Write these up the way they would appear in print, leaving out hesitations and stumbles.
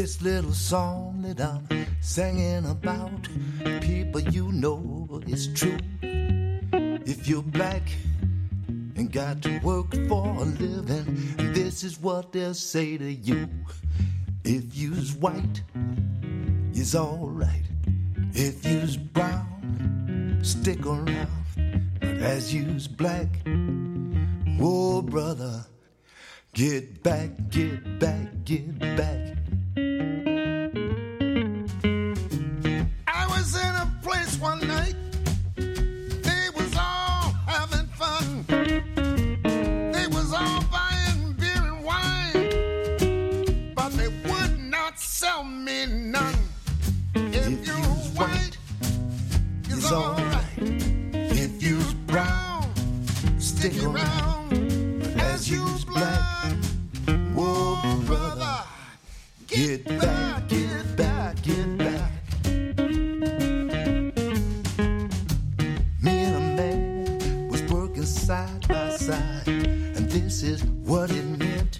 This little song that I'm singing about, people, you know it's true. If you're black and got to work for a living, this is what they'll say to you. If you's white, you's alright. If you's brown, stick around. But as you's black, whoa, brother, get back, get back, get back. I was in a place one night, they was all having fun. They was all buying beer and wine, but they would not sell me none. If you're white, it's alright. If you're brown, stick around. But as you's black, whoa, brother, get back, get back, get back. Me and a man was working side by side, and this is what it meant.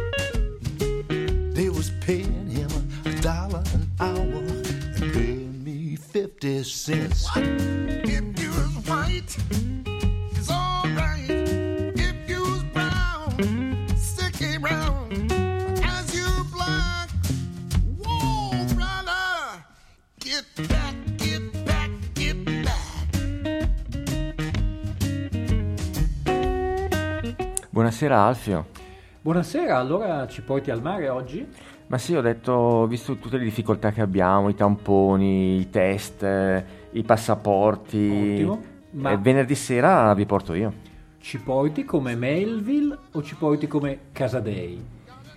They was paying him $1 an hour and paying me 50 cents. What? If you was white, it's alright. If you was brown, stick around. As you black, whoa, brother, get back, get back, get back. Buonasera Alfio. Buonasera, allora ci porti al mare oggi? Ma sì, ho detto, visto tutte le difficoltà che abbiamo, i tamponi, i test, i passaporti, Ottimo, ma venerdì sera vi porto io. ci porti come Melville o ci porti come Casadei?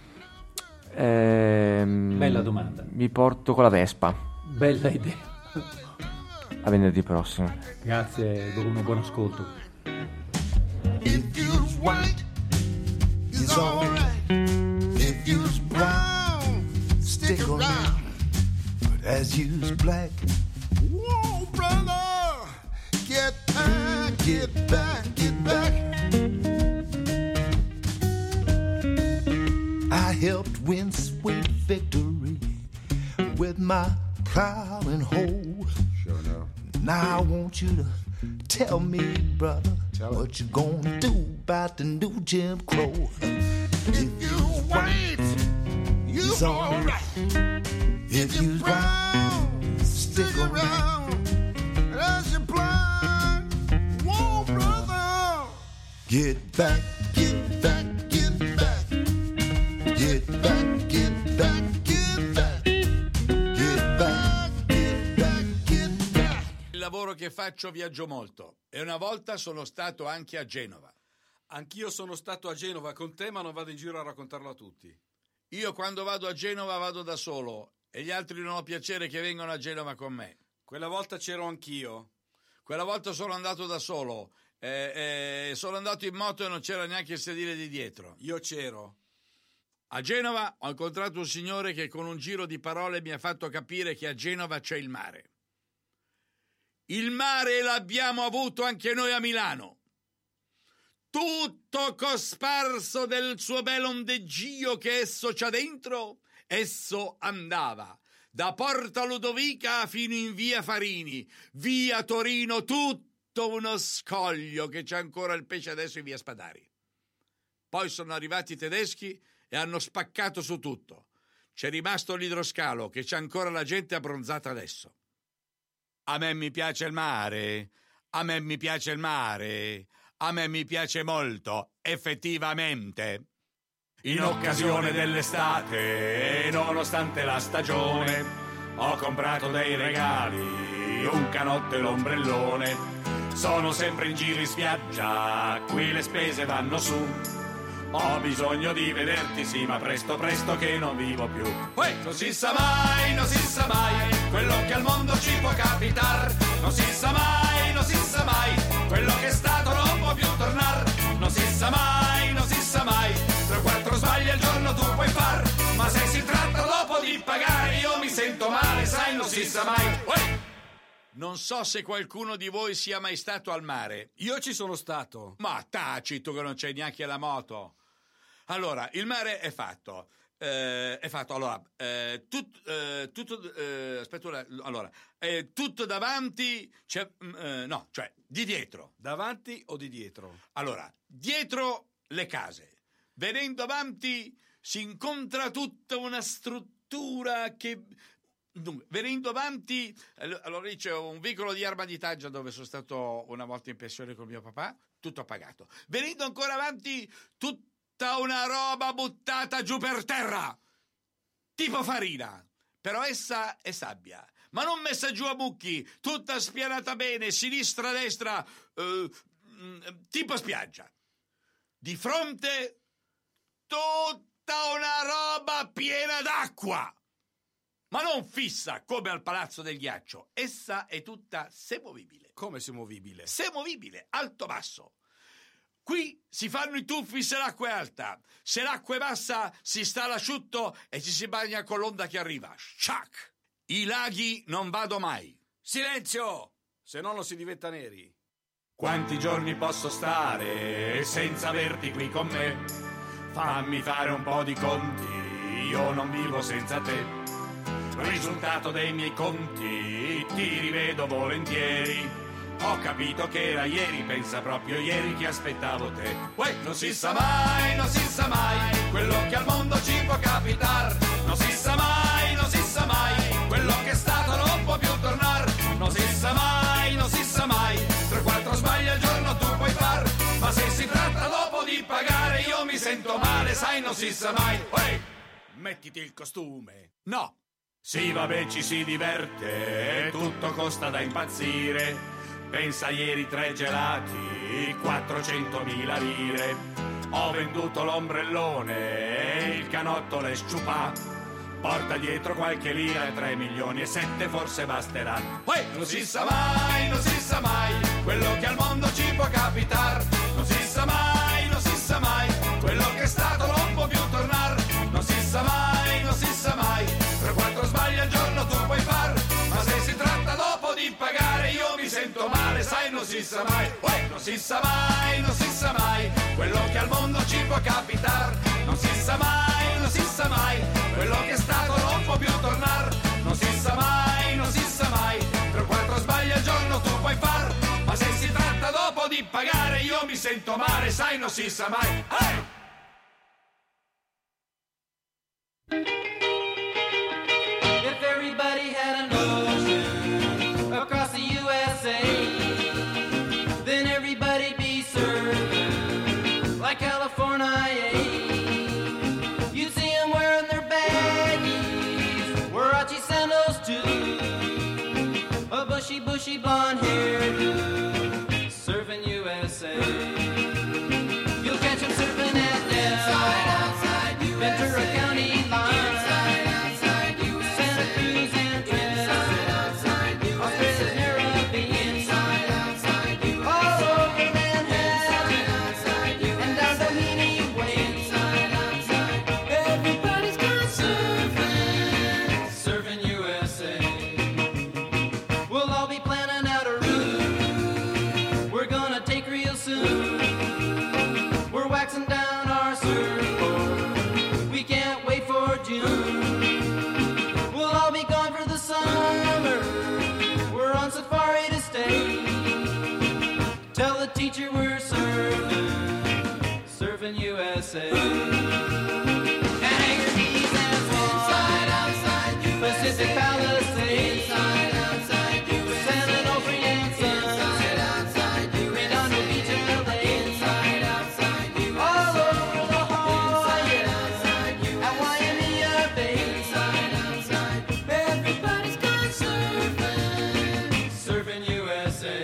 Bella domanda. Vi porto con la Vespa, Bella idea. a venerdì prossimo. Grazie Bruno, buon ascolto. If you's white, it's alright. If you's brown, stick around. But as you's black, whoa, brother, get back, get back, get back. I helped win sweet victory with my plow and hoe. Sure enough. Now I want you to tell me, brother, what you gonna do about the new Jim Crow. If you white, you alright. If you brown, stick around. As you blind, whoa, brother, get back, get back, get back. Get back, get back, get back. Get back, get back, get back. Il lavoro che faccio viaggio molto e una volta sono stato anche a Genova. Anch'io sono stato a Genova con te, ma non vado in giro a raccontarlo a tutti. Io quando vado a Genova vado da solo e gli altri non ho piacere che vengano a Genova con me. Quella volta c'ero anch'io. Quella volta sono andato da solo, sono andato in moto e non c'era neanche il sedile di dietro. Io c'ero. A Genova ho incontrato un signore che con un giro di parole mi ha fatto capire che a Genova c'è il mare. Il mare l'abbiamo avuto anche noi a Milano. Tutto cosparso del suo bel ondeggio che esso c'ha dentro, esso andava da Porta Ludovica fino in via Farini, via Torino, tutto uno scoglio che c'è ancora il pesce adesso in via Spadari. Poi sono arrivati i tedeschi e hanno spaccato su tutto. C'è rimasto l'idroscalo che c'è ancora la gente abbronzata adesso. A me mi piace il mare, a me mi piace il mare, a me mi piace molto, effettivamente. In occasione dell'estate, nonostante la stagione, ho comprato dei regali, un canotto e l'ombrellone. Sono sempre in giro in spiaggia, qui le spese vanno su. Ho bisogno di vederti, sì, ma presto presto che non vivo più. Non si sa mai, non si sa mai, quello che al mondo ci può capitar. Non si sa mai, non si sa mai, quello che è stato non può più tornar. Non si sa mai, non si sa mai, 3 o 4 sbagli al giorno tu puoi far, ma se si tratta dopo di pagare io mi sento male, sai, non si sa mai. Non so se qualcuno di voi sia mai stato al mare. Io ci sono stato. Ma tacito che non c'è neanche la moto. Allora, il mare è fatto è fatto allora tutto davanti cioè di dietro. Davanti o di dietro? Allora, dietro le case, venendo avanti si incontra tutta una struttura che dunque, venendo avanti, allora c'è un vicolo di Armaditaggia dove sono stato una volta in pensione con mio papà, tutto pagato. Venendo ancora avanti, tutta una roba buttata giù per terra, tipo farina, però essa è sabbia, ma non messa giù a buchi, tutta spianata bene, sinistra, destra, tipo spiaggia. Di fronte tutta una roba piena d'acqua, ma non fissa come al Palazzo del Ghiaccio. Essa è tutta semovibile. Come semovibile? Semovibile, alto-basso. Qui si fanno i tuffi se l'acqua è alta, se l'acqua è bassa si sta all'asciutto e ci si bagna con l'onda che arriva. Sciac! I laghi non vado mai. Silenzio! Se no non si diventa neri. Quanti giorni posso stare senza averti qui con me? Fammi fare un po' di conti, io non vivo senza te. Risultato dei miei conti, ti rivedo volentieri. Ho capito che era ieri, pensa proprio ieri che aspettavo te. Uè, non si sa mai, non si sa mai, quello che al mondo ci può capitar. Non si sa mai, non si sa mai, quello che è stato non può più tornar. Non si sa mai, non si sa mai, 3-4 sbagli al giorno tu puoi far. Ma se si tratta dopo di pagare io mi sento male, sai, non si sa mai. Uè, Mettiti il costume. no. Sì, vabbè, ci si diverte, tutto costa da impazzire. Pensa ieri 3 gelati, 400.000 lire. Ho venduto l'ombrellone, il canotto le sciupà. Porta dietro qualche lira, 3 milioni e 7 forse basteranno. Non si sa mai, non si sa mai, quello che al mondo ci può capitar. Non si sa mai, non si sa mai, quello che è stato non può più tornar. Non si sa mai, non si sa mai, 3-4 sbagli al giorno tu puoi far. Ma se si tratta dopo di pagare io mi sento male, sai, non si sa mai. Non si sa mai, non si sa mai, quello che al mondo ci può capitar. Non si sa mai, non si sa mai, quello che è stato non può più tornar. Non si sa mai, non si sa mai, 3-4 sbagli al giorno tu puoi far. Ma se si tratta dopo di pagare io mi sento male, sai, non si sa mai. Hey! If everybody had an ocean across the USA, then everybody'd be surfing like California. You'd see them wearing their baggies, Warachi sandals too, a bushy blonde hairdo, surfing USA. You'll catch them surfing at Del, Ventura County line, Santa Cruz and Trinidad, Australia's Caribbean, all over Manhattan, and down Doheny Way. Everybody's gone surfing, surfing USA. We'll all be planning out a route we're gonna take real soon. We're waxing down our surfboard, we can't wait for June. We'll all be gone for the summer, we're on safari to stay. Tell the teacher we're surfing, surfing USA. Hangar Keys and Swan, Pacific Palisades, San Onofre and Sun, Redondo Beach and LA, all over La Jolla and Waimea Bay. Everybody's gone surfing, surfing USA.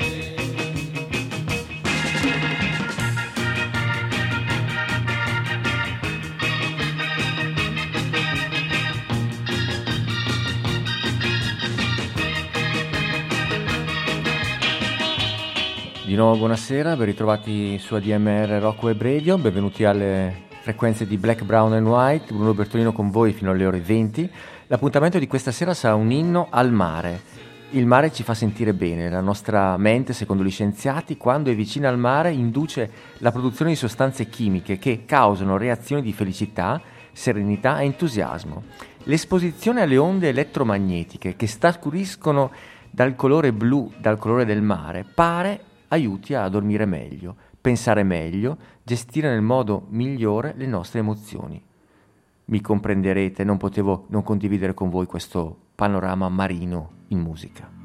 Di nuovo buonasera, ben ritrovati su ADMR Rock Web Radio, benvenuti alle frequenze di Black, Brown and White, Bruno Bertolino con voi fino alle ore 20. L'appuntamento di questa sera sarà un inno al mare. Il mare ci fa sentire bene, la nostra mente, secondo gli scienziati, quando è vicina al mare induce la produzione di sostanze chimiche che causano reazioni di felicità serenità e entusiasmo. L'esposizione alle onde elettromagnetiche che scaturiscono dal colore blu, dal colore del mare, pare aiuti a dormire meglio, pensare meglio, gestire nel modo migliore le nostre emozioni. Mi comprenderete, non potevo non condividere con voi questo panorama marino in musica.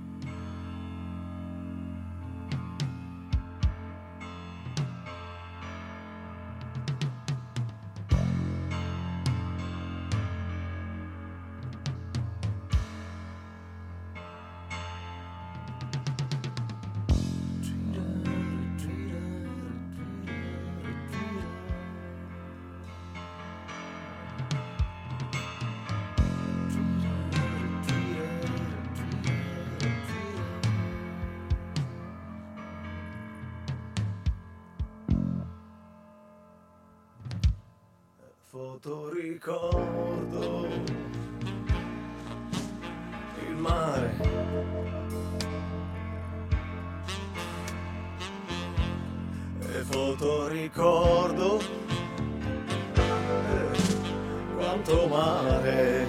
Fotoricordo il mare, e fotoricordo quanto mare,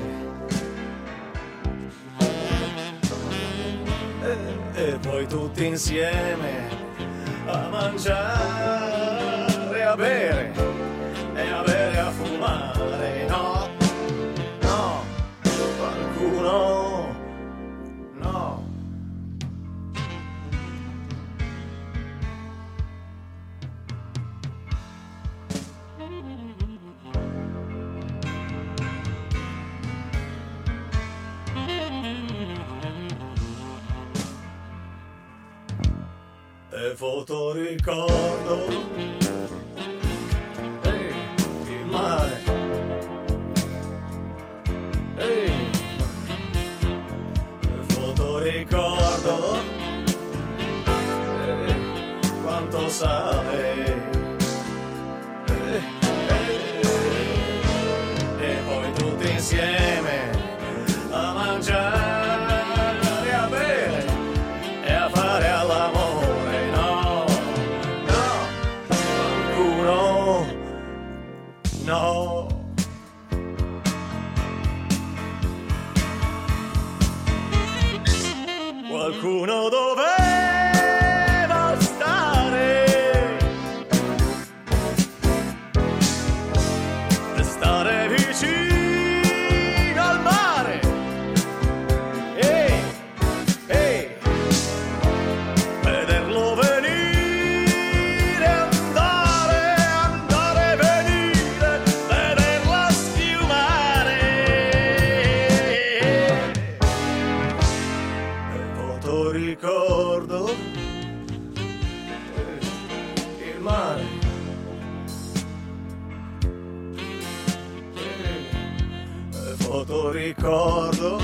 e poi tutti insieme a mangiare, a bere e a bere, a fumare. No, no, qualcuno no. E fotoricordo il mare, fotoricordo quanto sale, e poi tutti insieme a mangiare, a bere e a fare all'amore. No, no, qualcuno no. Qualcuno doveva stare vicino al mare, vederlo venire, andare, venire, vederla schiumare. Fotoricordo il mare, fotoricordo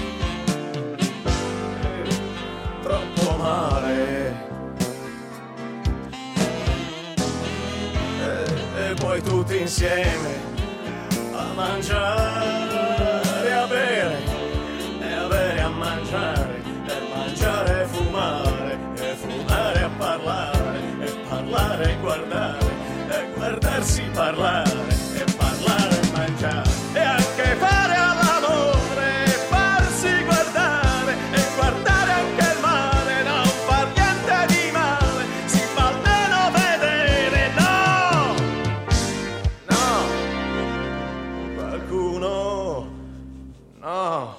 troppo mare, e poi tutti insieme a mangiare, a bere e a bere, a mangiare e fumare, a parlare e guardare, e guardarsi parlare e parlare e mangiare, e anche fare all'amore, e farsi guardare e guardare anche il mare, non far niente di male, si fa almeno vedere. No, no, qualcuno no.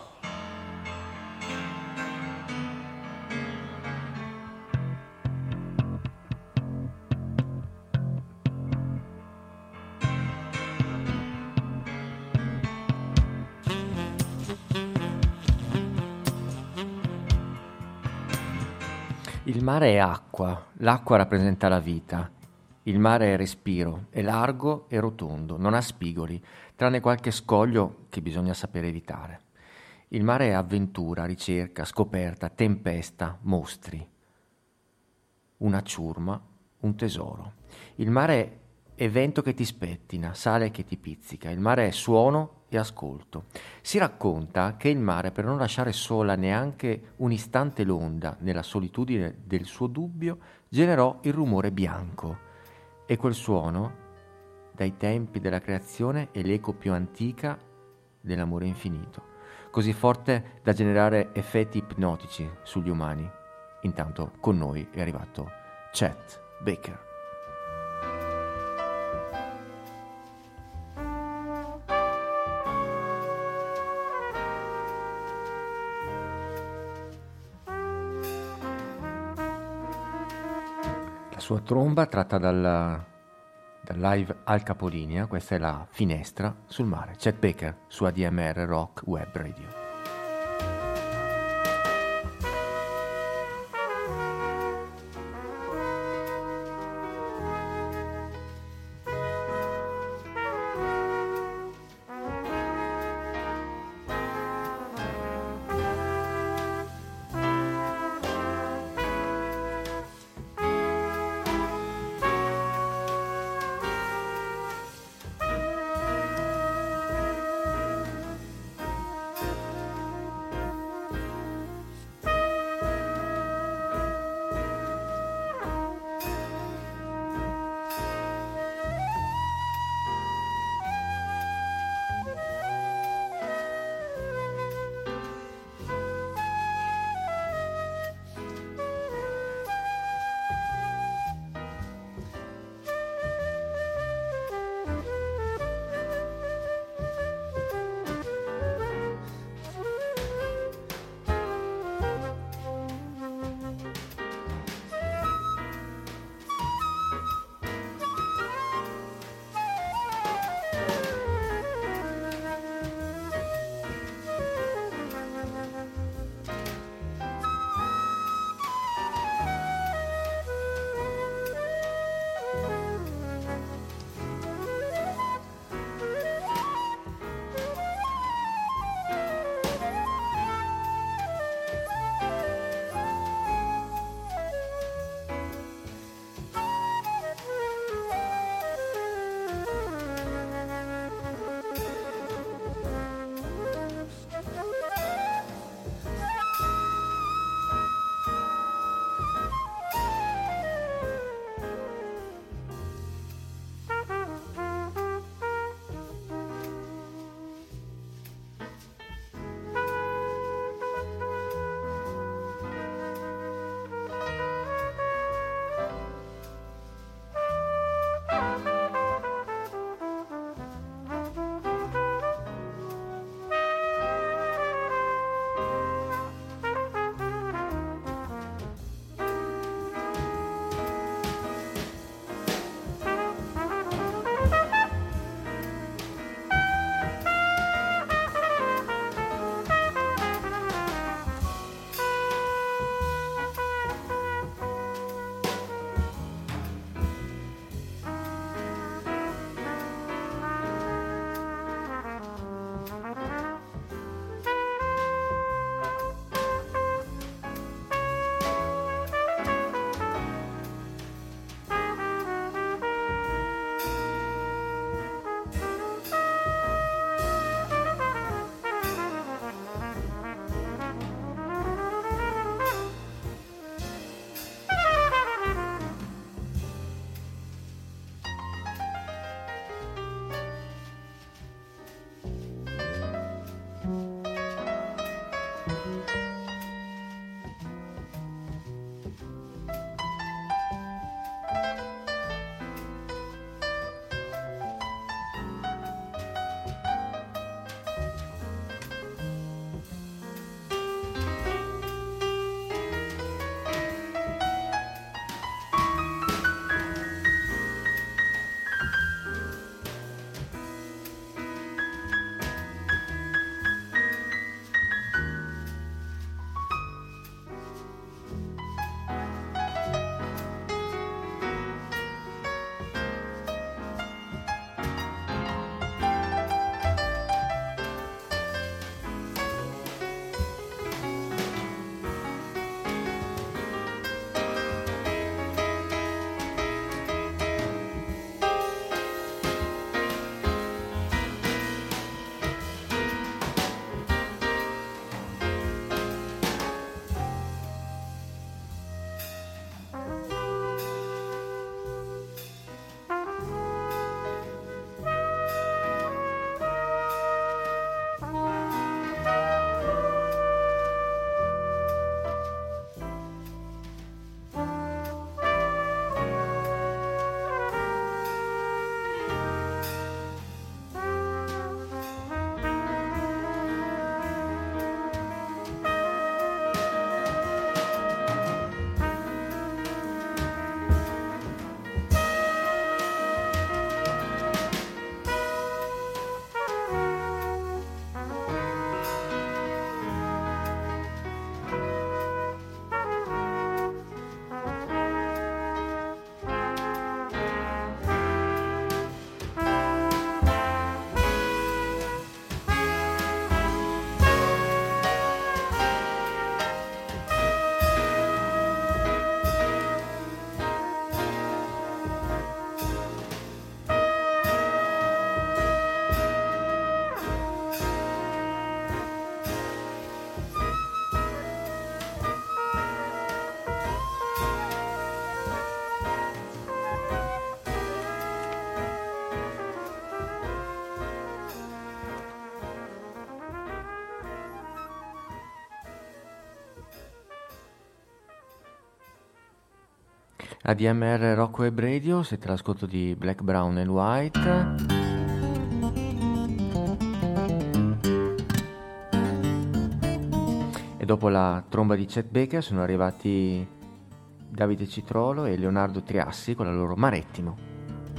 Il mare è acqua, l'acqua rappresenta la vita. Il mare è respiro, è largo e rotondo, non ha spigoli, tranne qualche scoglio che bisogna sapere evitare. Il mare è avventura, ricerca, scoperta, tempesta, mostri. Una ciurma, un tesoro. Il mare è vento che ti spettina, sale che ti pizzica. Il mare è suono e ascolto. Si racconta che il mare, per non lasciare sola neanche un istante l'onda nella solitudine del suo dubbio, generò il rumore bianco, e quel suono dai tempi della creazione è l'eco più antica dell'amore infinito, così forte da generare effetti ipnotici sugli umani. Intanto con noi è arrivato Chet Baker. La sua tromba tratta dal live al capolinea, questa è la finestra sul mare. Chet Baker su ADMR Rock Web Radio. ADMR Rock Web Radio, siete all'ascolto di Black, Brown and White. E dopo la tromba di Chet Baker sono arrivati Davide Citrolo e Leonardo Triassi con la loro Marettimo.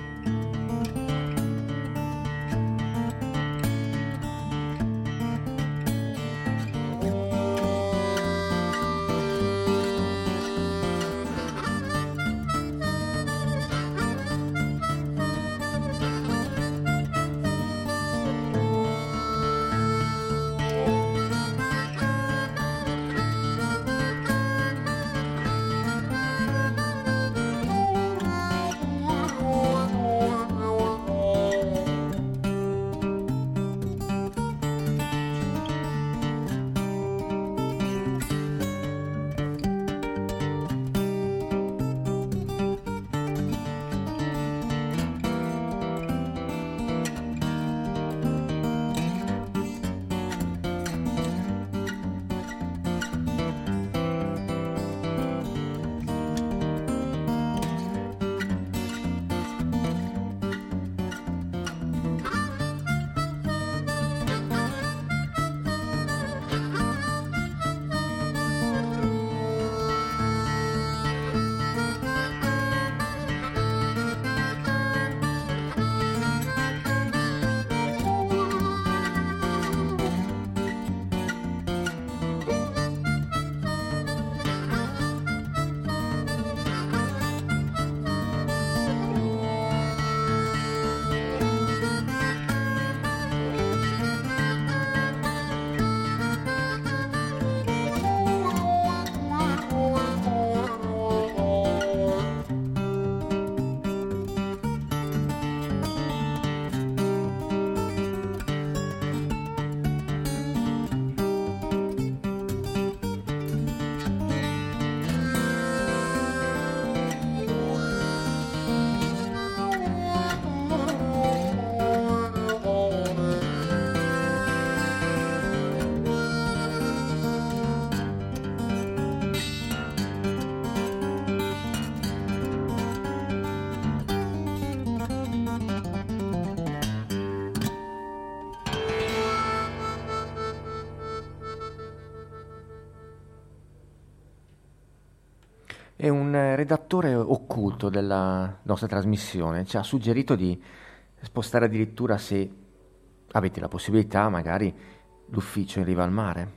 E un redattore occulto della nostra trasmissione ci ha suggerito di spostare addirittura, se avete la possibilità, magari l'ufficio in riva al mare.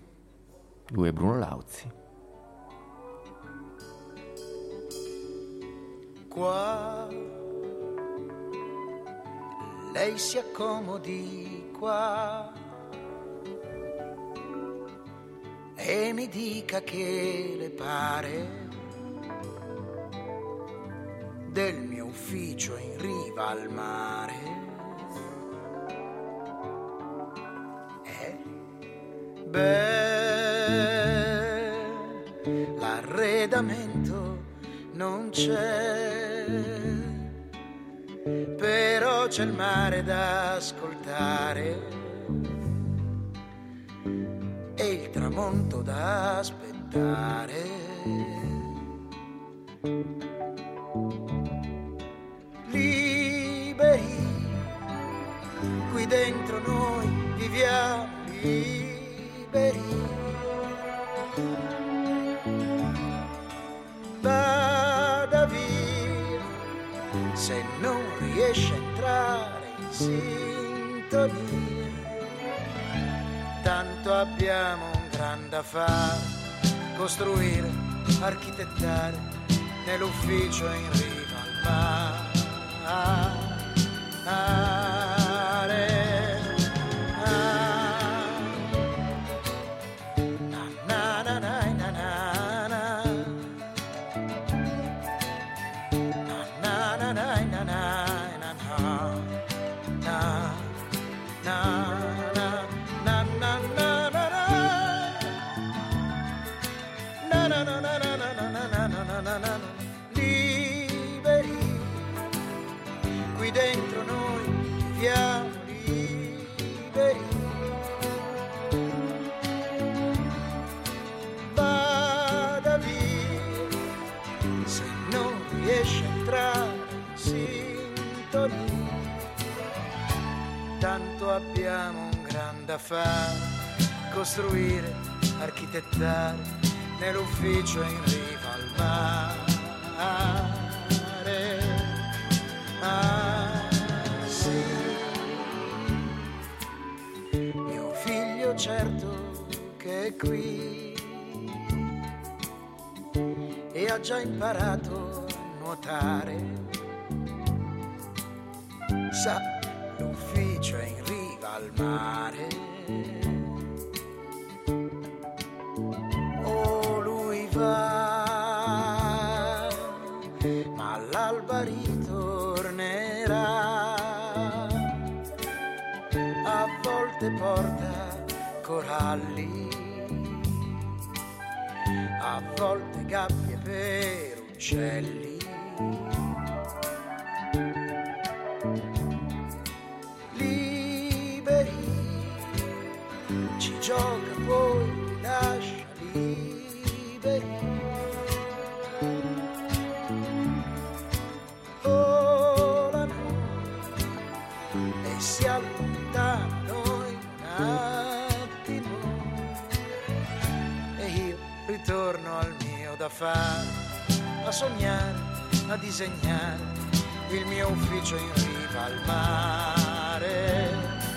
Lui è Bruno Lauzi. Qua lei si accomodi qua e mi dica che le pare del mio ufficio in riva al mare. Beh, l'arredamento non c'è, però c'è il mare da ascoltare e il tramonto da aspettare. Liberi, qui dentro noi viviamo liberi. Vada via se non riesce a entrare in sintonia. Tanto abbiamo un gran da fare, costruire, architettare nell'ufficio in riva al mare. tanto abbiamo un grande affare, costruire, architettare, nell'ufficio in riva al mare. Ah, sì, mio figlio certo che è qui e ha già imparato a nuotare. Sa, l'ufficio è in riva al mare. Oh, lui va, ma all'alba ritornerà. A volte porta coralli, a volte gabbie per uccelli. Ci gioca poi lascia liberi. Volano e si allontanano in un attimo e io ritorno al mio da fare, a sognare, a disegnare il mio ufficio in riva al mare.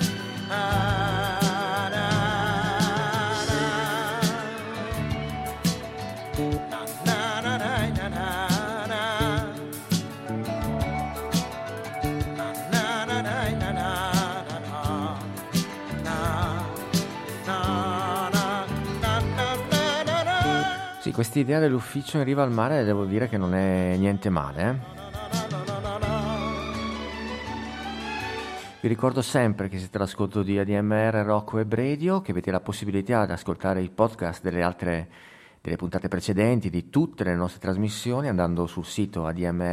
Sì, quest'idea dell'ufficio in riva al mare devo dire che non è niente male, eh? Vi ricordo sempre che siete all'ascolto di ADMR Rock Web Radio, che avete la possibilità di ascoltare i podcast delle puntate precedenti di tutte le nostre trasmissioni andando sul sito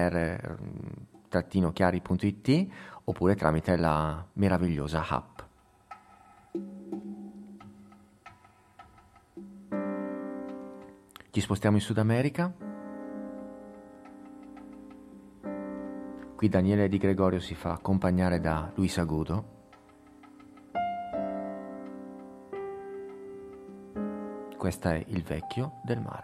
admr-chiari.it oppure tramite la meravigliosa app. Ci spostiamo in Sud America. Qui Daniele Di Gregorio si fa accompagnare da Luis Agudo. Questa è Il vecchio del mare.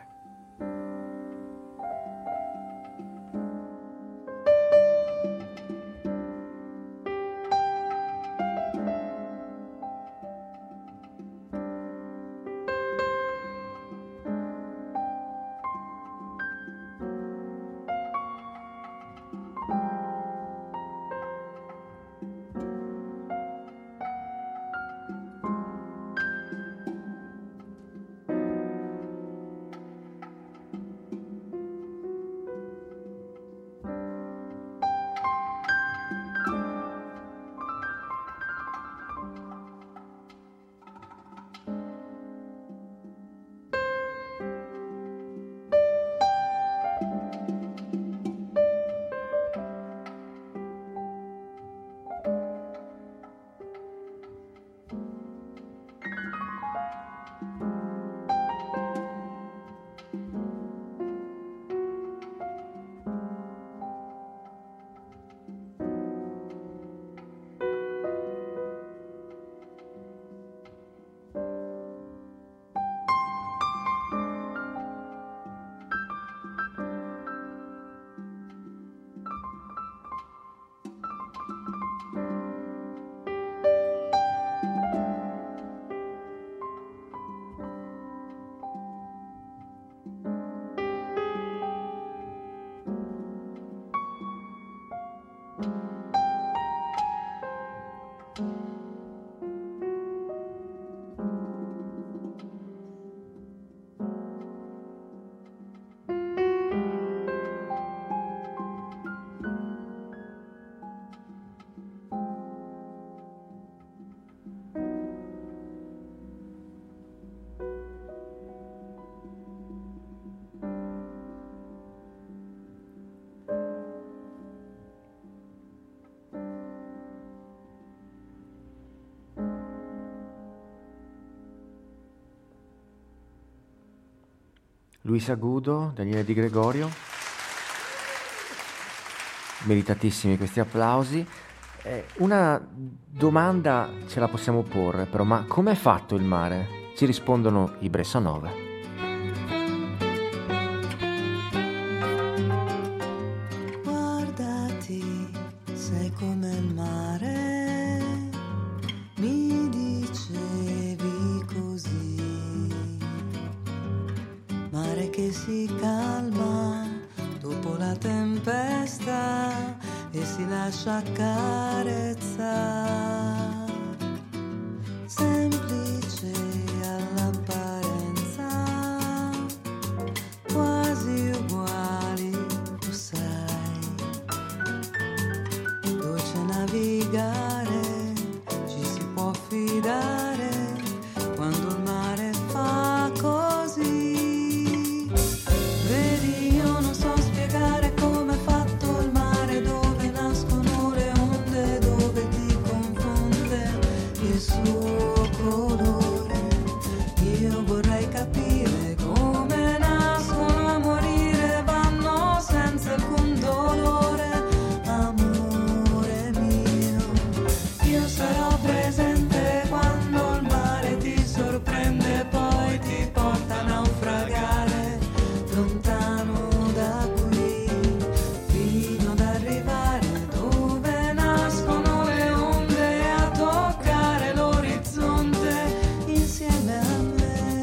Luis Agudo, Daniele Di Gregorio, meritatissimi questi applausi. Una domanda ce la possiamo porre, però, ma com'è fatto il mare? Ci rispondono i Bressanova. Guardati, sei come il mare, mi dicevi così. Mare che si calma dopo la tempesta e si lascia accarezzare, semplice all'apparenza, quasi uguali, tu sai, dolce navigare, ci si può fidare quando il mare fa così. Vedi, io non so spiegare come è fatto il mare, dove nascono le onde, dove ti confonde il suo colore. Io vorrei capire come nascono a morire, vanno senza alcun dolore. Amore mio, io sarò presente quando il mare ti sorprende, poi ti porta a naufragare lontano da qui, fino ad arrivare dove nascono le onde, a toccare l'orizzonte insieme a me.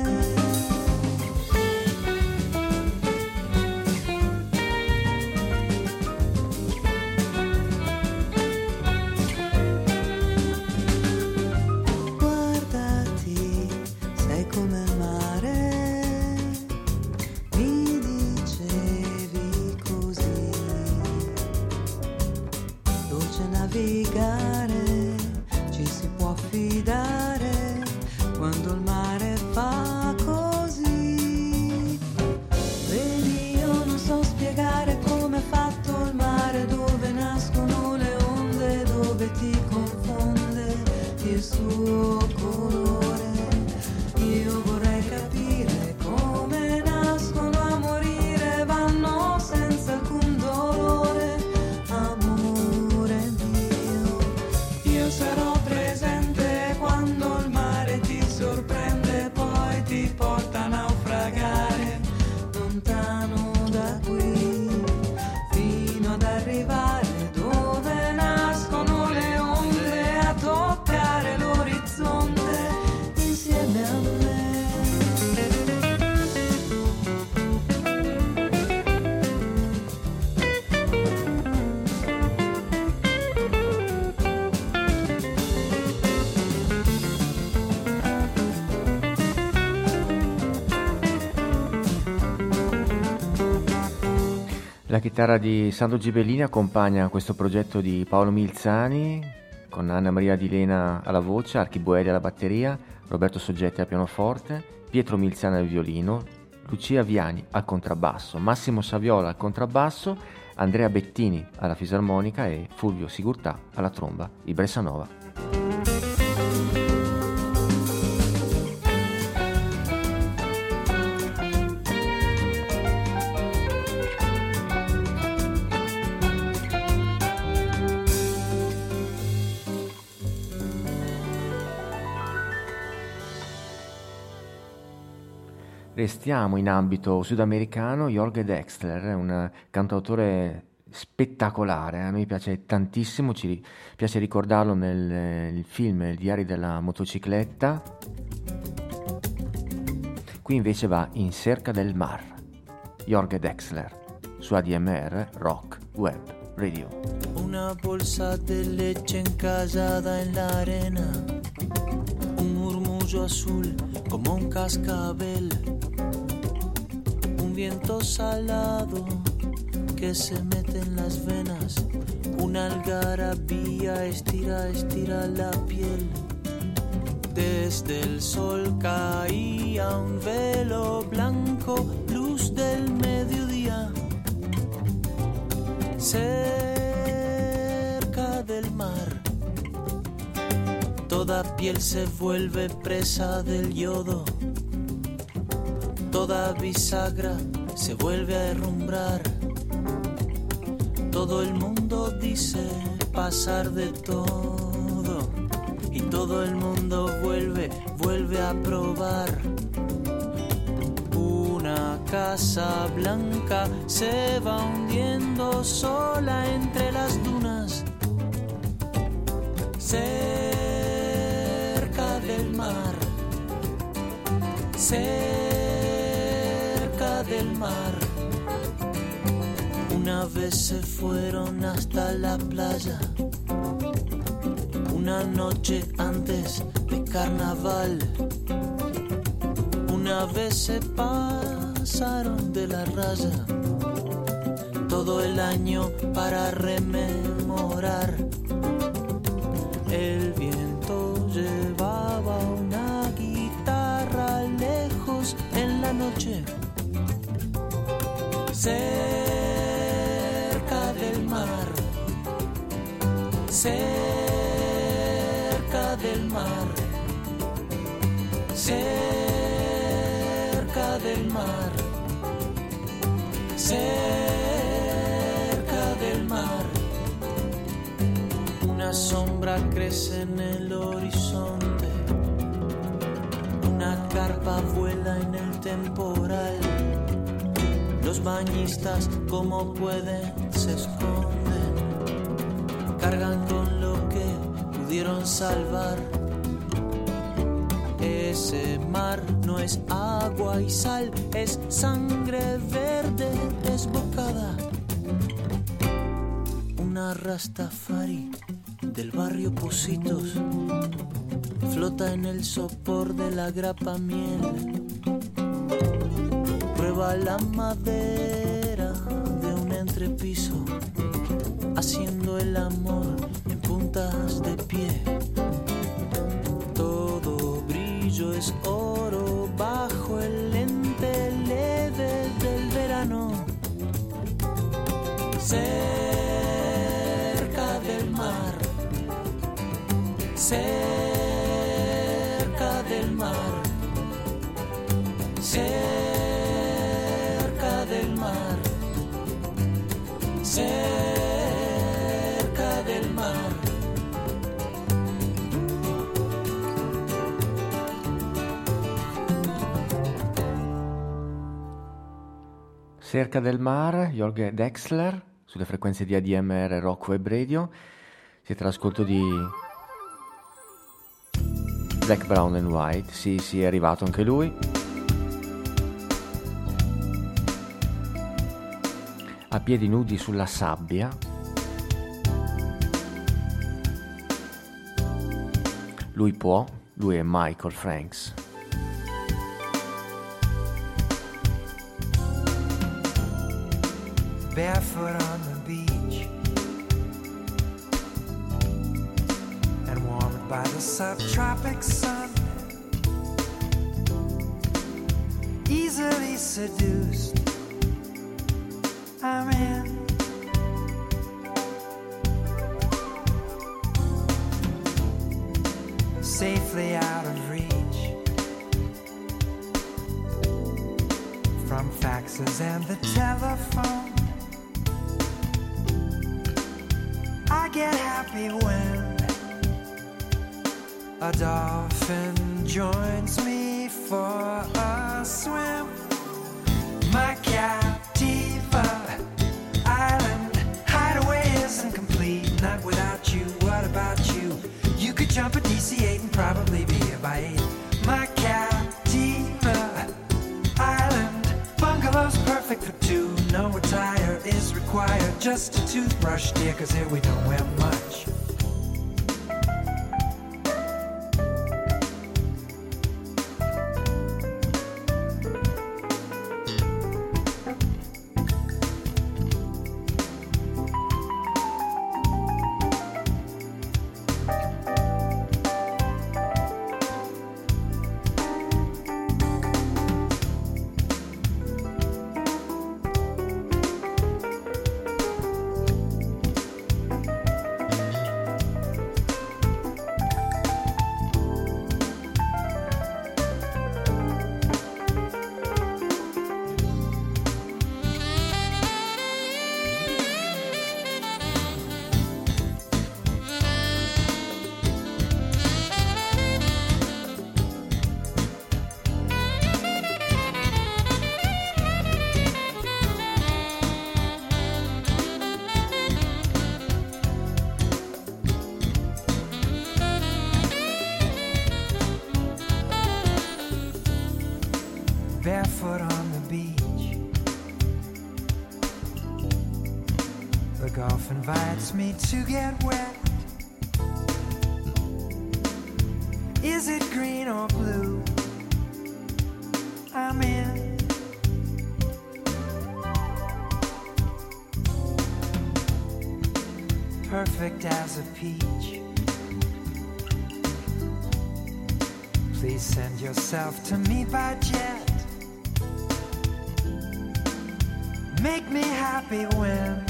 Guardati, sei come il mare, mi dicevi così. Dolce navigare, ci si può fidare quando il mare fa così. Vedi, io non so spiegare come è fatto il mare, dove nascono le onde, dove ti confonde il suo colore. Io vorrei capire come nascono a morire, vanno senza alcun dolore. Amore mio, io sarò presente quando il mare ti sorprende, poi ti porta a naufragare lontano da qui, fino ad arrivare dove nascono le onde, a toccare l'orizzonte insieme a me. La chitarra di Sandro Gibellini accompagna questo progetto di Paolo Milzani, con Anna Maria Di Lena alla voce, Archi Boeri alla batteria, Roberto Soggetti al pianoforte, Pietro Milzani al violino, Lucia Viani al contrabbasso, Massimo Saviola al contrabbasso, Andrea Bettini alla fisarmonica e Fulvio Sigurtà alla tromba, i Bressanova. Restiamo in ambito sudamericano. Jorge Drexler è un cantautore spettacolare, a noi piace tantissimo, ci piace ricordarlo nel film Il diario della motocicletta. Qui invece va in cerca del mar. Jorge Drexler su ADMR Rock Web Radio. Una bolsa de leche encallada en la arena, un murmullo azul como un cascabel, un viento salado que se mete en las venas, una algarabía estira, estira la piel. Desde el sol caía un velo blanco, luz del mediodía, cerca del mar. Toda piel se vuelve presa del yodo, toda bisagra se vuelve a herrumbrar. Todo el mundo dice pasar de todo y todo el mundo vuelve a probar. Una casa blanca se va hundiendo sola entre las dunas, cerca del mar, cerca del mar. Una vez se fueron hasta la playa, una noche antes de carnaval. Una vez se pasaron de la raya, todo el año para rememorar. El viento llevaba una guitarra lejos en la noche, cerca del mar, cerca del mar, cerca del mar, cerca del mar. Una sombra crece en el horizonte, una carpa vuela en el temporal. Los bañistas como pueden se esconden, cargan con lo que pudieron salvar. Ese mar no es agua y sal, es sangre verde desbocada. Una Rastafari del barrio Positos flota en el sopor de la grapa miel. Prueba la madera de un entrepiso, haciendo el amor en puntas de pie. Todo brillo es oro bajo el lente leve del verano. Cerca del mar, cerca del mar, cerca del mar, cerca del mar. Cerca del mar, Jorge Drexler, sulle frequenze di ADMR Rock Web Radio. Siete all'ascolto di Black, Brown and White. Sì, è arrivato anche lui. A piedi nudi sulla sabbia. Lui può, lui è Michael Franks. Barefoot on the beach and warmed by the subtropic sun, easily seduced, I'm in. Safely out of reach from faxes and the telephone, I get happy when a dolphin joins me for a swim. My Captiva Island hideaway isn't complete, not without you. What about you? You could jump a DC-8 and probably be here by 8. My Captiva Island bungalow's perfect for two. No attire is required, just a toothbrush, dear, 'cause here we don't wear much. me to get wet? Is it green or blue? I'm in. Perfect as a peach. Please send yourself to me by jet. Make me happy when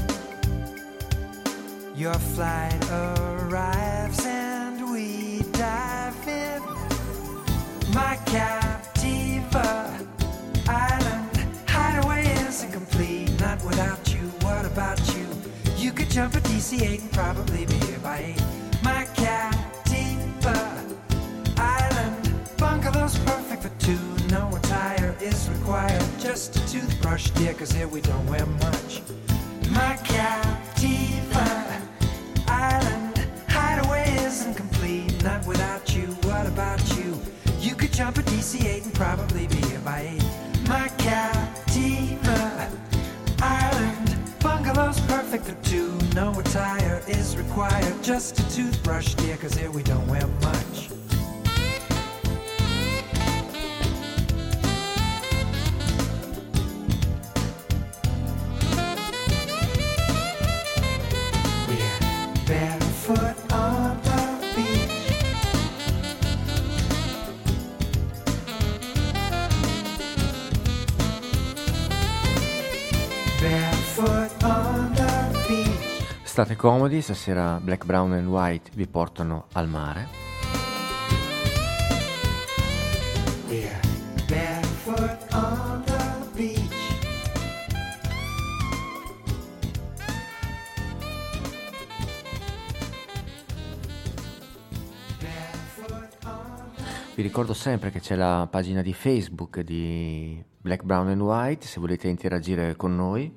your flight arrives and we dive in. My Captiva Island hideaway isn't complete, not without you. What about you? You could jump a DC-8 and probably be here by 8. My Captiva Island bungalow's perfect for two. No attire is required, just a toothbrush, dear, cause here we don't wear much. My Captiva Island hideaway isn't complete, not without you. What about you? You could jump a DC-8 and probably be here by 8. My Captiva Island bungalow's perfect for two. No attire is required, just a toothbrush, dear, cause here we don't wear much. We're barefoot on the beach. Barefoot on the beach. State comodi, stasera Black, Brown and White vi portano al mare. We're barefoot on the beach. Vi ricordo sempre che c'è la pagina di Facebook di Black, Brown and White se volete interagire con noi.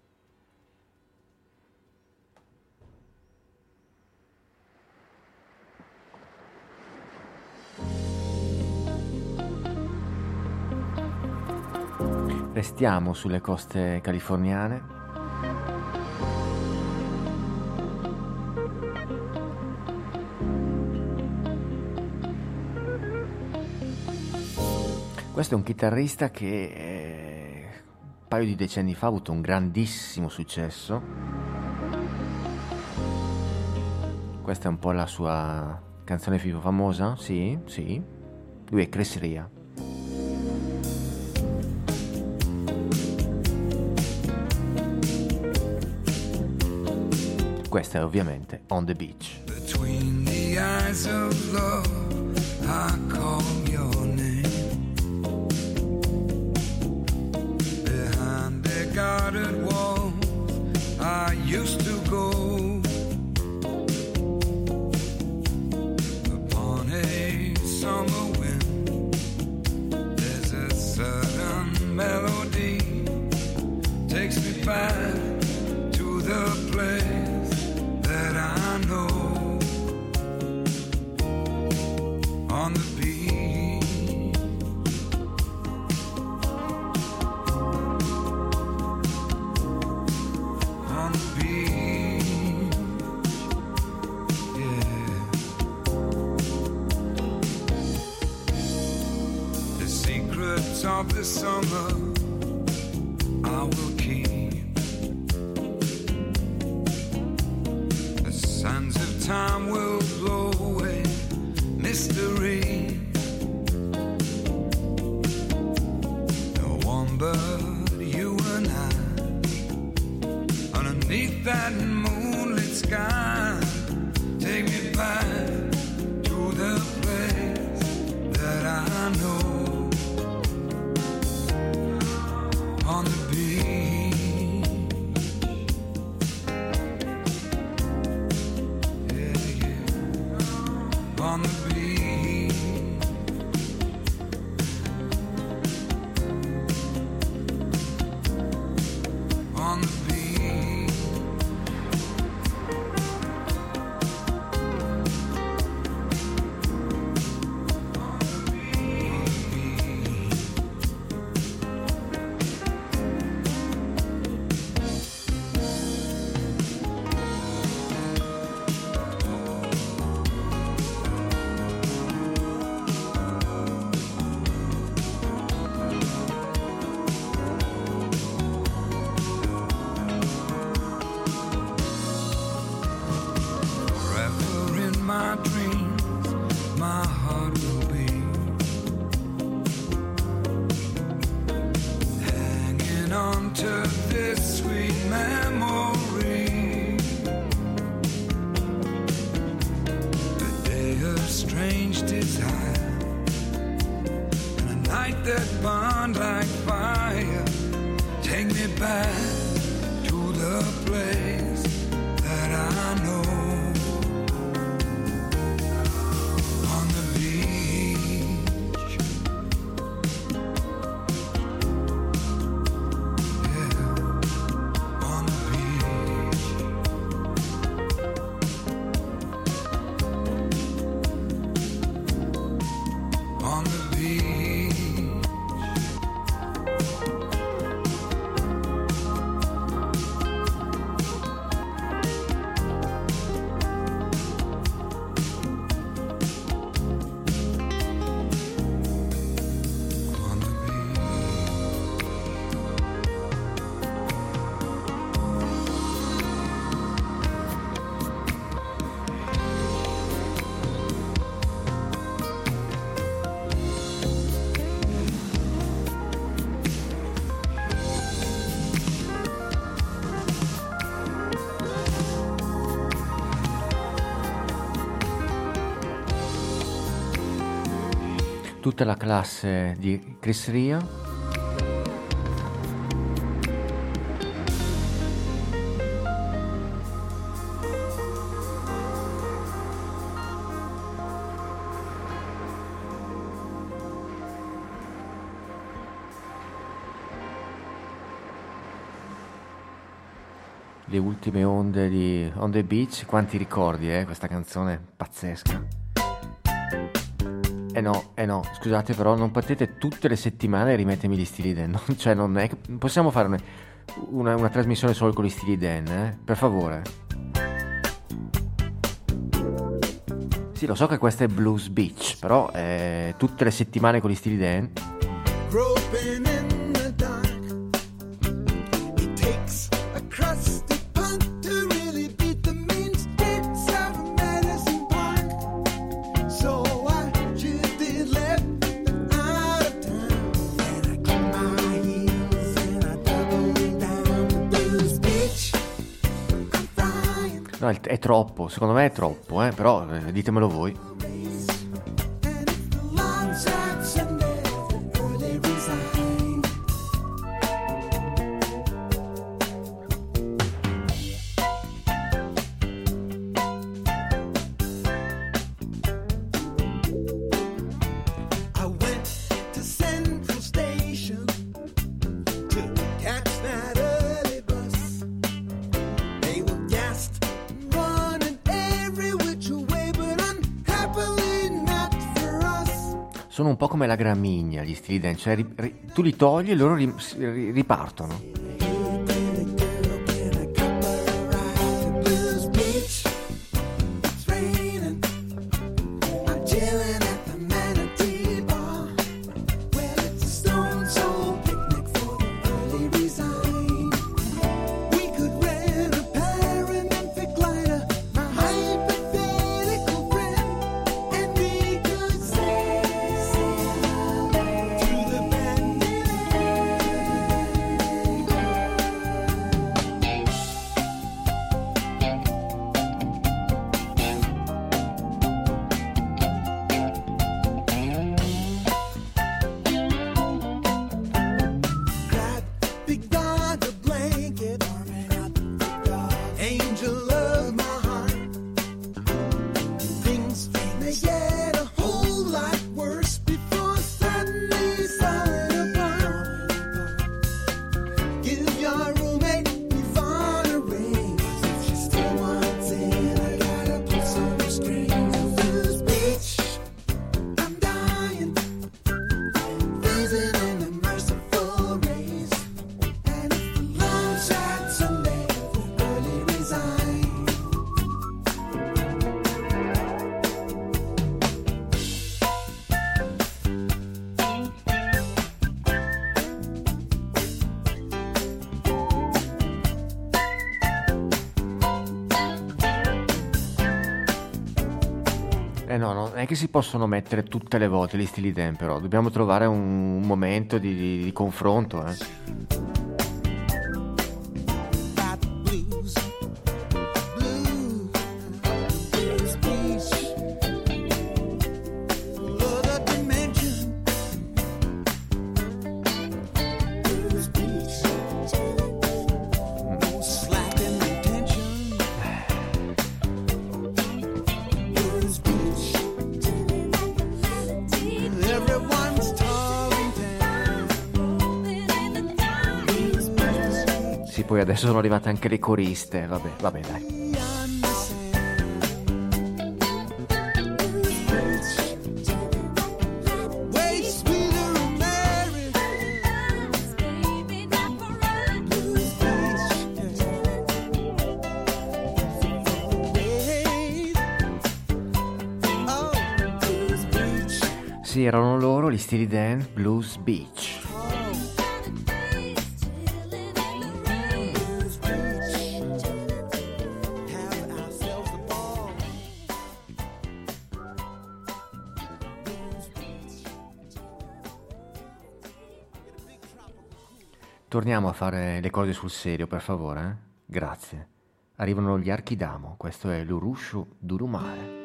Restiamo sulle coste californiane. Questo è un chitarrista che un paio di decenni fa ha avuto un grandissimo successo. Questa è un po' la sua canzone più famosa, sì, sì. Lui è Chris Rea. Questa è ovviamente On the Beach. Between the eyes of love, I call your name. Behind their guarded walls, I used to go. Upon a summer wind, there's a sudden melody, takes me back to the place that I know, on the beach. On the beach, yeah. The secrets of the summer I will keep. Sands of time will blow away mystery. No one but you and I, underneath that moonlit sky. Take me back to the place that I know, on the beach. On the beach, on the beach, my dreams, my heart will be hanging on to this sweet memory. A day of strange desire and a night that burned like fire. Take me back to the place that I know. On the beach, yeah, on the beach. On the beach. Tutta la classe di Chris Rea. Le ultime onde di On the Beach, quanti ricordi, questa canzone pazzesca. No, scusate, però non potete tutte le settimane rimettermi gli Steely Dan, cioè non è che possiamo fare una trasmissione solo con gli Steely Dan, per favore. Sì, lo so che questa è Blues Beach, però tutte le settimane con gli Steely Dan. Groping in the dark, it takes a crusty punk to really beat the mean streets of Madison Park. So I drifted left and out of town, and I clicked my heels and I doubled down the Blues Beach. I'm flying. No, è troppo, secondo me è troppo, però ditemelo voi. Sono un po' come la gramigna gli Steely Dan, cioè tu li togli e loro ripartono. No, non è che si possono mettere tutte le volte gli Steely Dan, però dobbiamo trovare un momento di confronto, Sì, poi adesso sono arrivate anche le coriste, vabbè dai. Sì, erano loro, gli Steely Dan, Blues Beach. Torniamo a fare le cose sul serio, per favore, eh? Grazie. Arrivano gli Archidamo, questo è l'Urushu Durumare.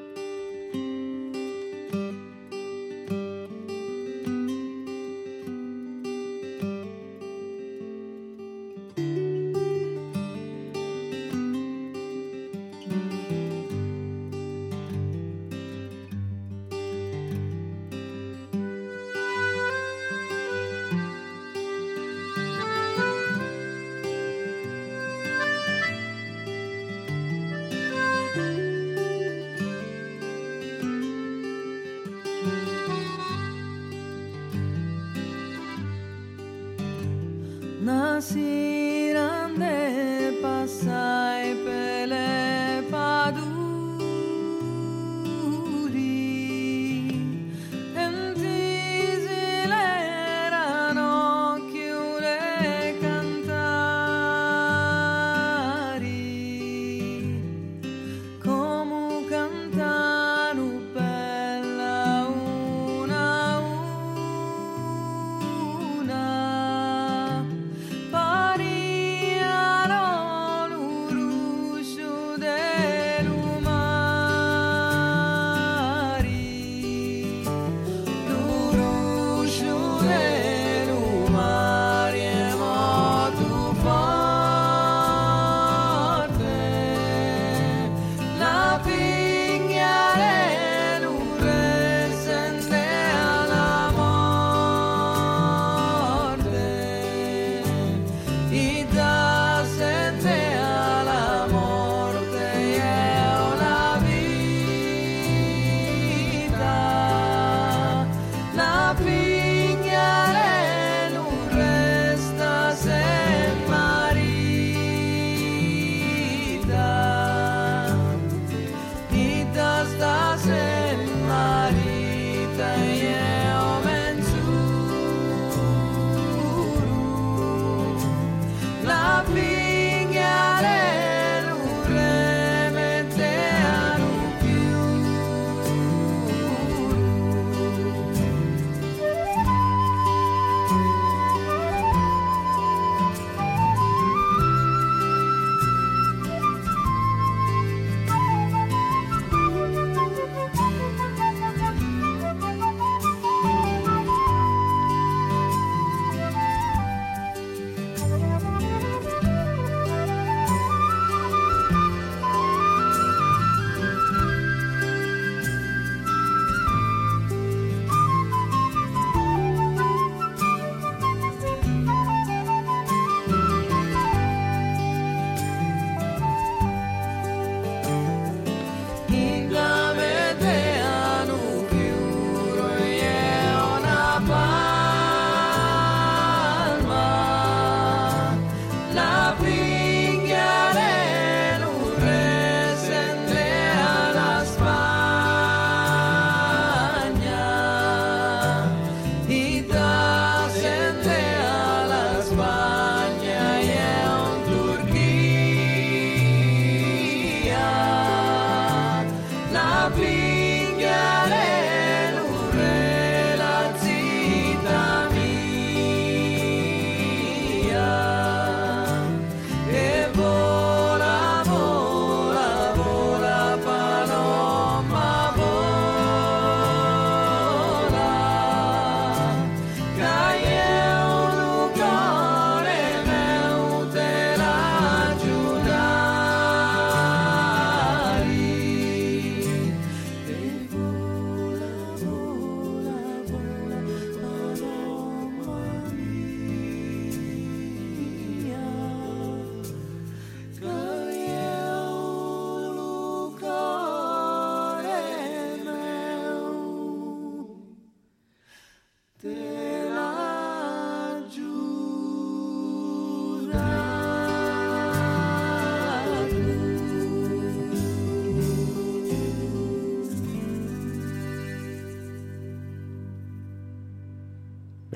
Nasirande passai per le paduri entisi l'erano chiure cantari come cantano bella una pari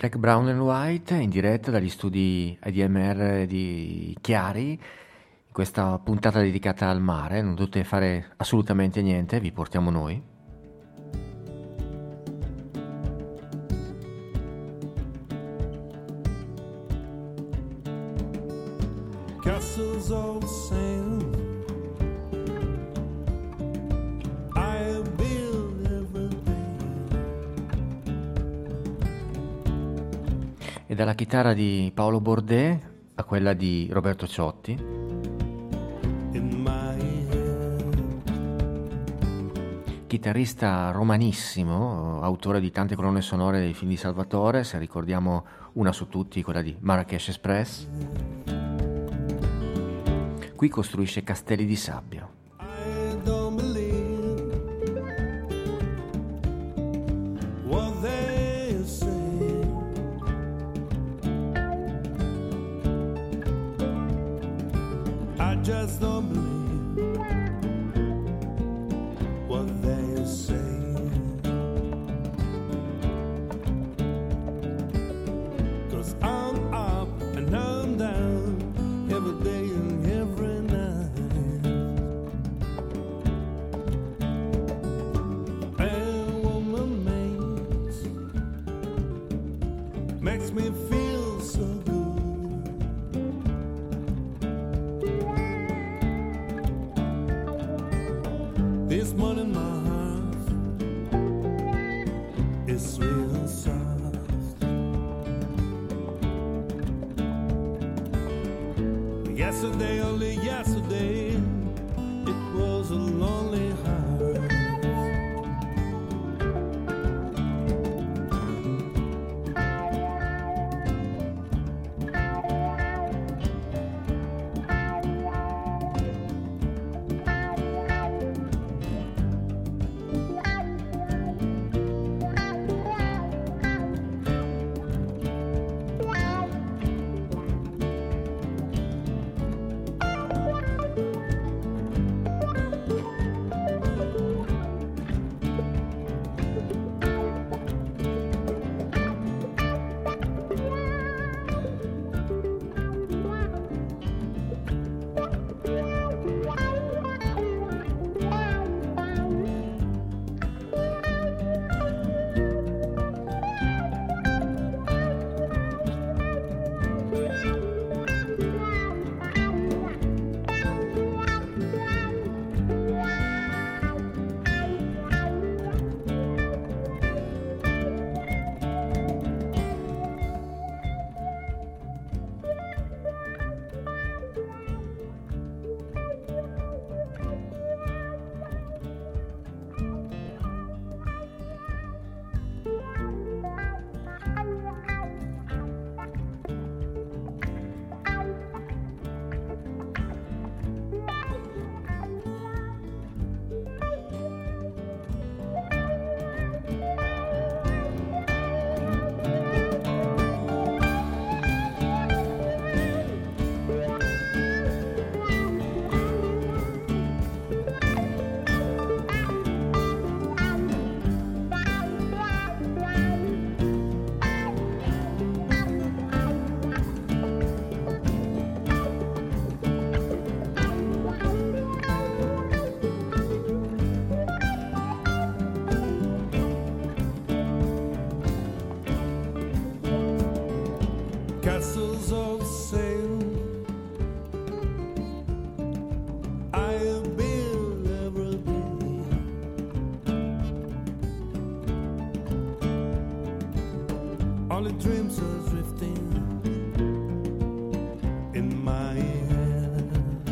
Black, Brown and White in diretta dagli studi ADMR di Chiari, in questa puntata dedicata al mare. Non dovete fare assolutamente niente, vi portiamo noi. Castles of sand I build every day. E dalla chitarra di Paolo Bordè a quella di Roberto Ciotti. In my hand. Chitarrista romanissimo, autore di tante colonne sonore dei film di Salvatore, se ricordiamo una su tutti, quella di Marrakesh Express. Qui costruisce castelli di sabbia. I don't believe what they say. I just don't believe what they say. 'Cause I'm up and I'm down every day and every night. And woman makes me feel so good. This morning my heart is sweet and soft. Yesterday, only yesterday, it was a lonely heart. Castles of sand I build every day. Only dreams are drifting in my head.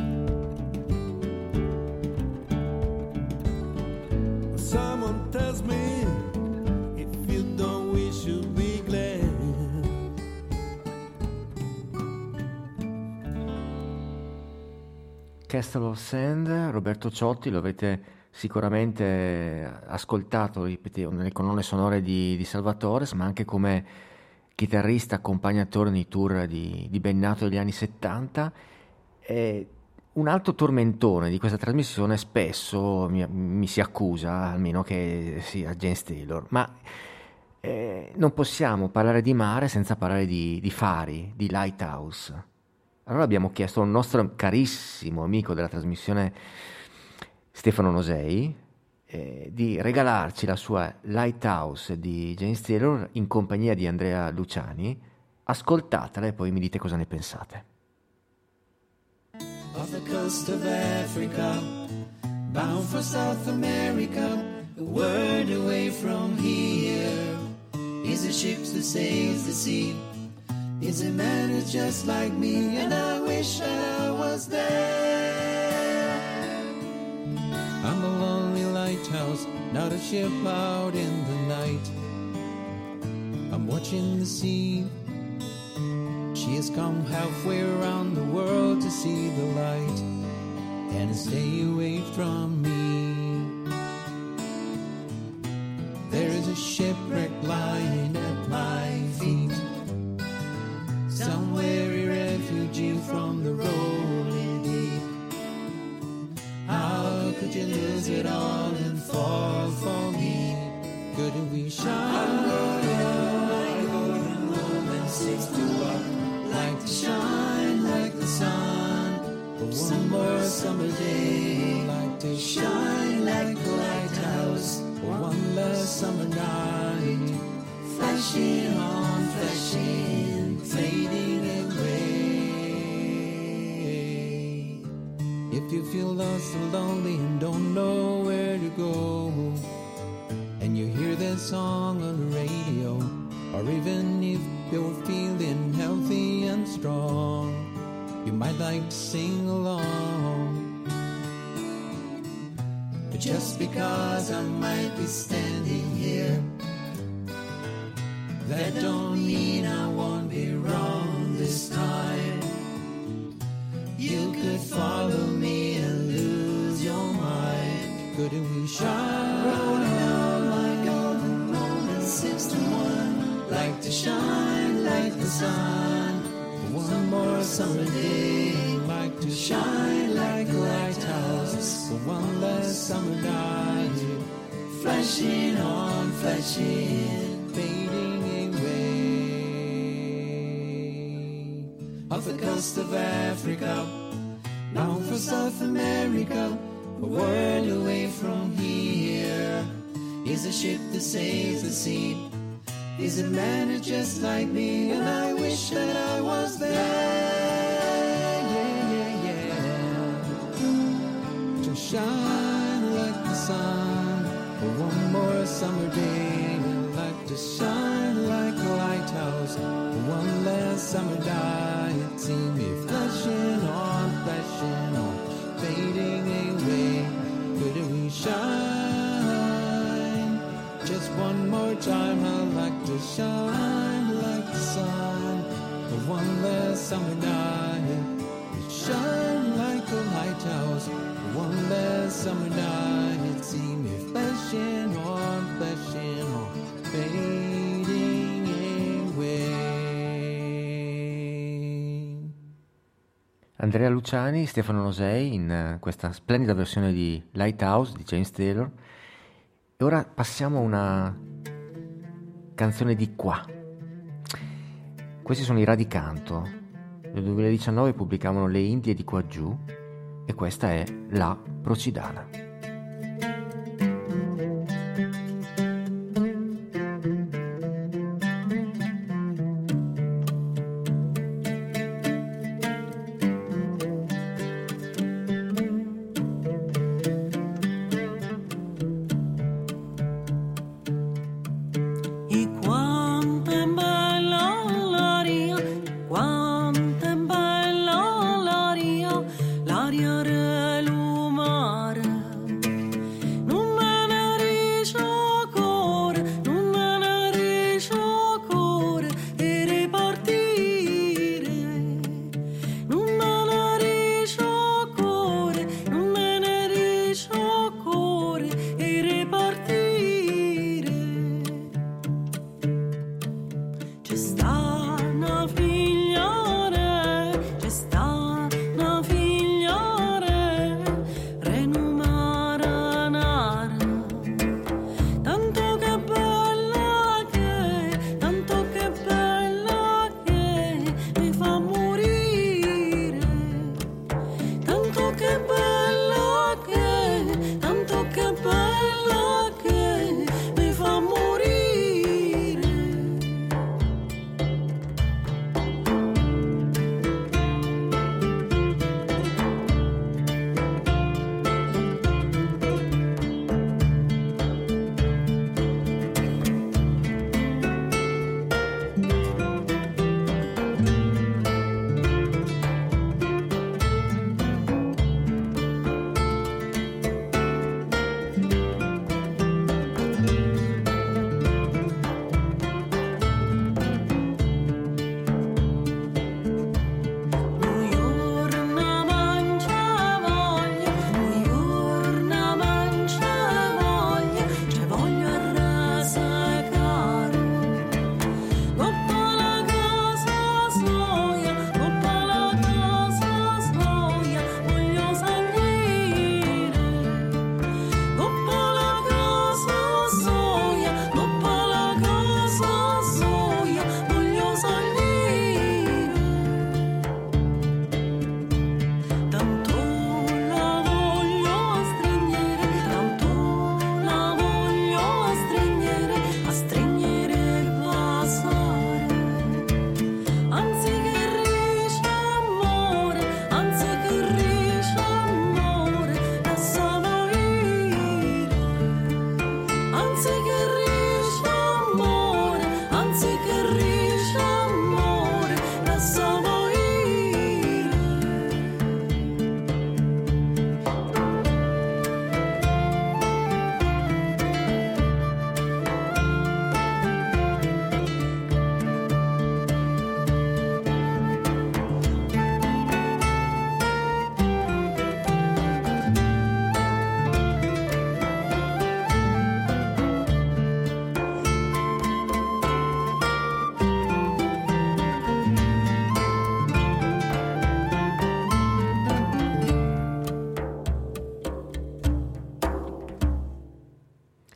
Someone tells me if you don't wish you'd be glad. Castle of Sand, Roberto Ciotti, lo avete sicuramente ascoltato, ripetevo, nelle colonne sonore di Salvatore, ma anche come chitarrista accompagnatore nei tour di Bennato degli anni 70. E un altro tormentone di questa trasmissione spesso mi si accusa, almeno che sia James Taylor, ma Non possiamo parlare di mare senza parlare di fari, di lighthouse. Allora abbiamo chiesto al nostro carissimo amico della trasmissione Stefano Nosei di regalarci la sua Lighthouse di James Taylor in compagnia di Andrea Luciani. Ascoltatela e poi mi dite cosa ne pensate. Off the coast of Africa, bound for South America, a word away from here. Is a ship that sails the sea. Is a man who's just like me, and I wish I was there. I'm a lonely lighthouse, not a ship out in the night. I'm watching the sea. She has come halfway around the world to see the light and stay away from me. There is a shipwreck lying at my feet. Somewhere a refugee from the rolling deep. How could you lose it all and fall for me? Couldn't we shine? My golden moment seems to walk, like to shine like the sun. For one more summer day, like to shine like a lighthouse. For one last summer night, flashing on, flashing, fading away. If you feel lost and lonely and don't know where to go, and you hear that song on the radio, or even if you're feeling healthy and strong, you might like to sing along. But just because I might be standing here, that don't mean I won't be wrong this time. You could follow me and lose your mind. Couldn't we shine? Rolling out like golden moments, 6 to 1. Like to shine like the sun. One more summer day. Like to shine like a lighthouse. For one last summer night. Flashing on, flashing, fading away. Off the coast of Africa, bound for South America, a world away from here. Is a ship that sails the sea. Is a man who's just like me, and I wish that I was there. Yeah, yeah, yeah. To shine like the sun for one more summer day. Like to shine like a lighthouse for one last summer night. See me flashing on, fading away. Could we shine just one more time? I'd like to shine like the sun for one last summer night. Shine like a lighthouse for one last summer night. See me flashing on, fading away. Andrea Luciani, Stefano Nosei in questa splendida versione di Lighthouse di James Taylor. E ora passiamo a una canzone di qua. Questi sono i Radicanto. Nel 2019 pubblicavano Le Indie di qua giù e questa è La Procidana. L'aria del mare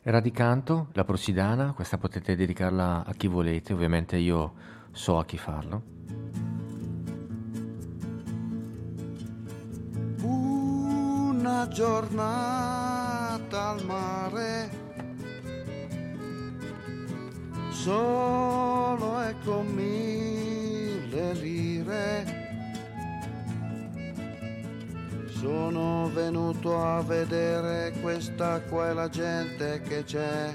Era di canto, la Prosidana, questa potete dedicarla a chi volete, ovviamente io so a chi farlo. Una giornata al mare, solo e con 1000 lire, sono venuto a vedere quest'acqua e la gente che c'è,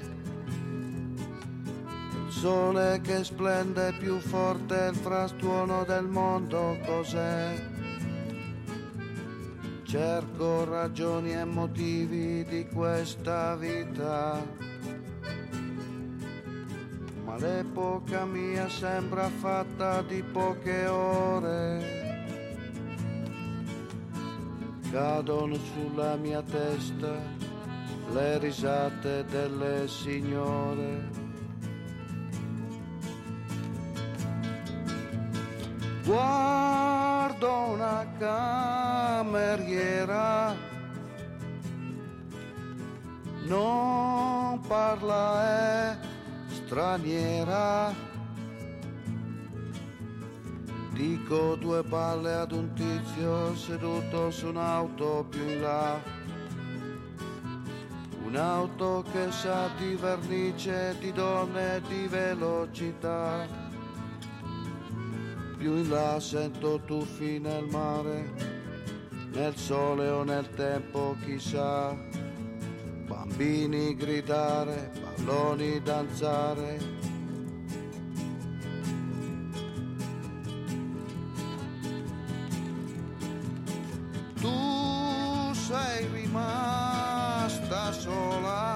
il sole che splende più forte, il frastuono del mondo cos'è? Cerco ragioni e motivi di questa vita, ma l'epoca mia sembra fatta di poche ore. Cadono sulla mia testa le risate delle signore. Guardo una cameriera, non parla, è straniera. Dico 2 palle ad un tizio seduto su un'auto più in là, un'auto che sa di vernice, di donne e di velocità. Più in là sento tuffi nel mare, nel sole o nel tempo chissà, bambini gridare, palloni danzare. Sei rimasta sola,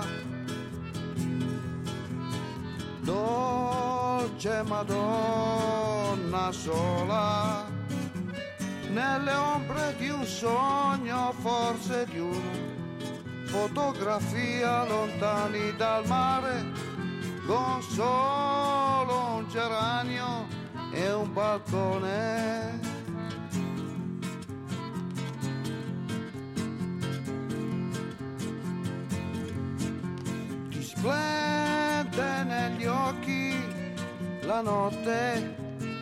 dolce Madonna sola, nelle ombre di un sogno, forse di una fotografia, lontani dal mare, con solo un geranio e un balcone. Splende negli occhi la notte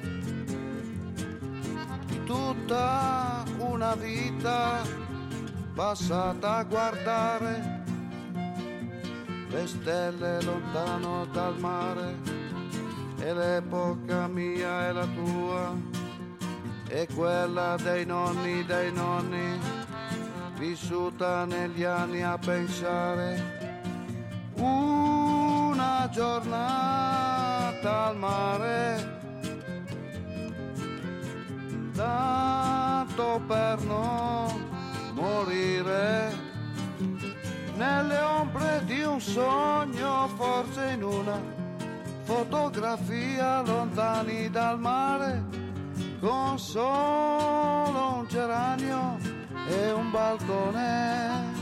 di tutta una vita passata a guardare le stelle lontano dal mare, e l'epoca mia è la tua e quella dei nonni, vissuta negli anni a pensare. Una giornata al mare, tanto per non morire, nelle ombre di un sogno, forse in una fotografia, lontani dal mare, con solo un geranio e un balcone.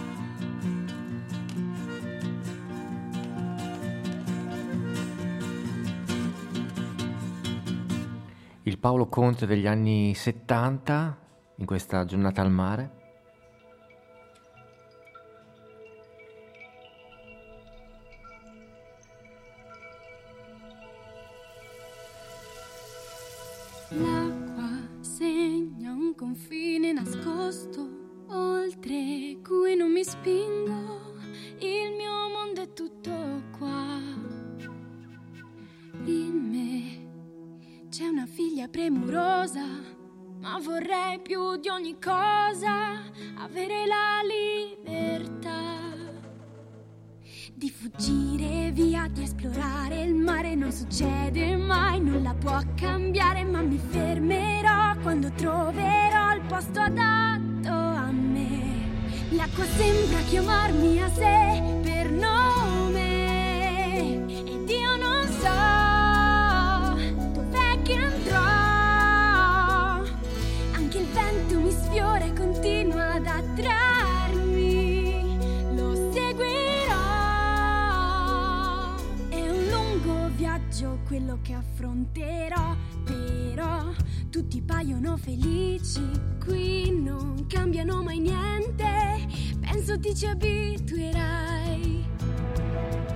Il Paolo Conte degli anni 70, in questa giornata al mare. L'acqua segna un confine nascosto, oltre cui non mi spingo, il mio mondo è tutto qua. In me c'è una figlia premurosa, ma vorrei più di ogni cosa avere la libertà di fuggire via, di esplorare il mare. Non succede mai, non la può cambiare, ma mi fermerò quando troverò il posto adatto a me. L'acqua sembra chiamarmi a sé per nome ed io non so che andrò. Anche il vento mi sfiora e continua ad attrarmi, lo seguirò. È un lungo viaggio quello che affronterò, però tutti paiono felici, qui non cambiano mai niente, penso ti ci abituerai.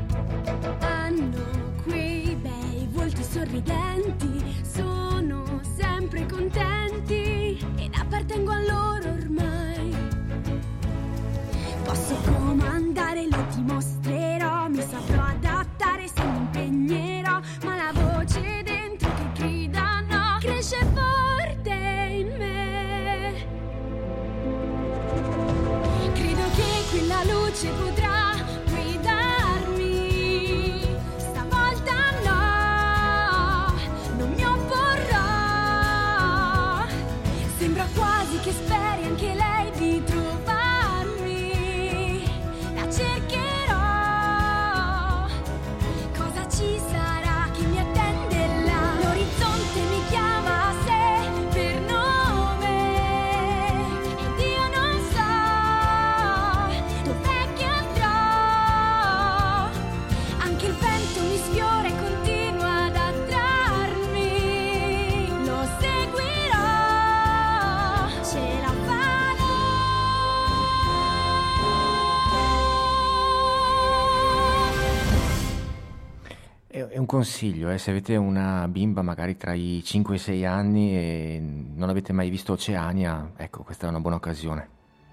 un consiglio, se avete una bimba magari tra i 5 e i 6 anni e non avete mai visto Oceania, ecco, questa è una buona occasione.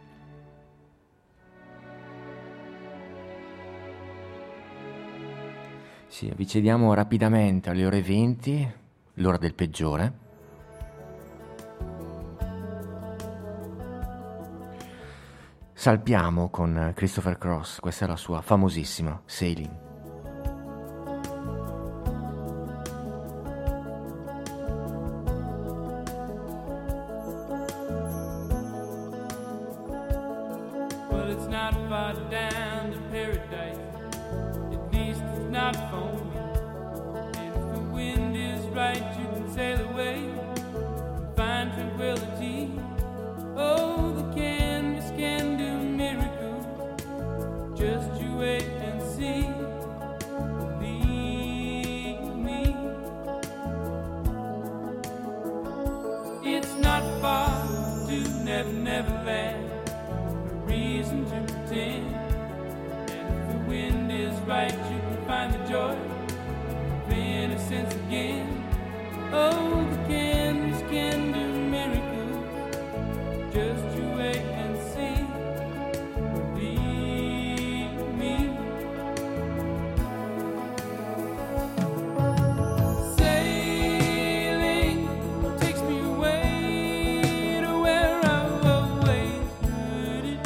Sì, avviciniamo rapidamente alle ore 20, l'ora del peggiore. Salpiamo con Christopher Cross, questa è la sua famosissima Sailing. Well, it's not far down to paradise, at least it's not for me. And if the wind is right, you can sail away and find tranquility. Oh, the canvas can do miracles, just you wait and see. Believe me, it's not far to Never Never Land, no reason to pretend. And if the wind is right, you can find the joy of innocence again. Oh, the canvas can do miracles, just you wait and see. Believe me. Sailing takes me away to where I've always heard it.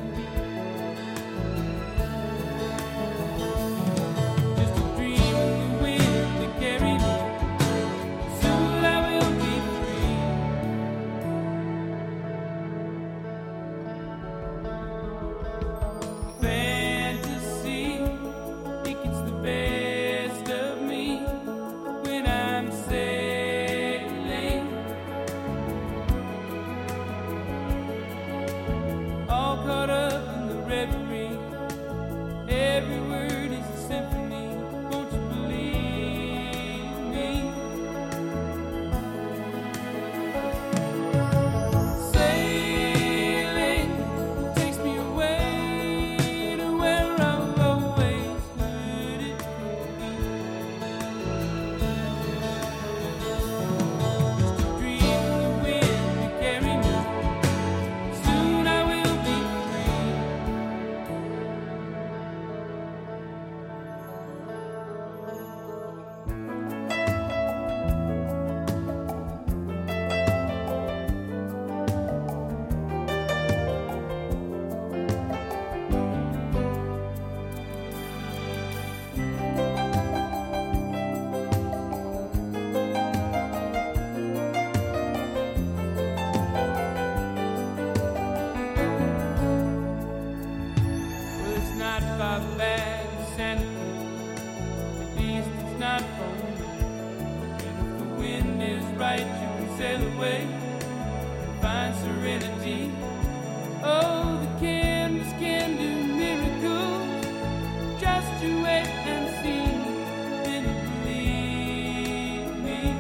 Just a dream of the wind to carry me. Soon I will be free. Fantasy, it gets the best of me when I'm sailing. All caught up in the reverie, every word is a symphony. Won't you believe me? Sailing takes me away to where I've always heard it. Just a dream of the wind to carry me. Soon I will be free. Well, it's not far back to Santa Cruz, at least it's not for me. And if the wind is right, you can sail away and find serenity. Oh, the canvas can do miracles, just you wait and see, then you believe me.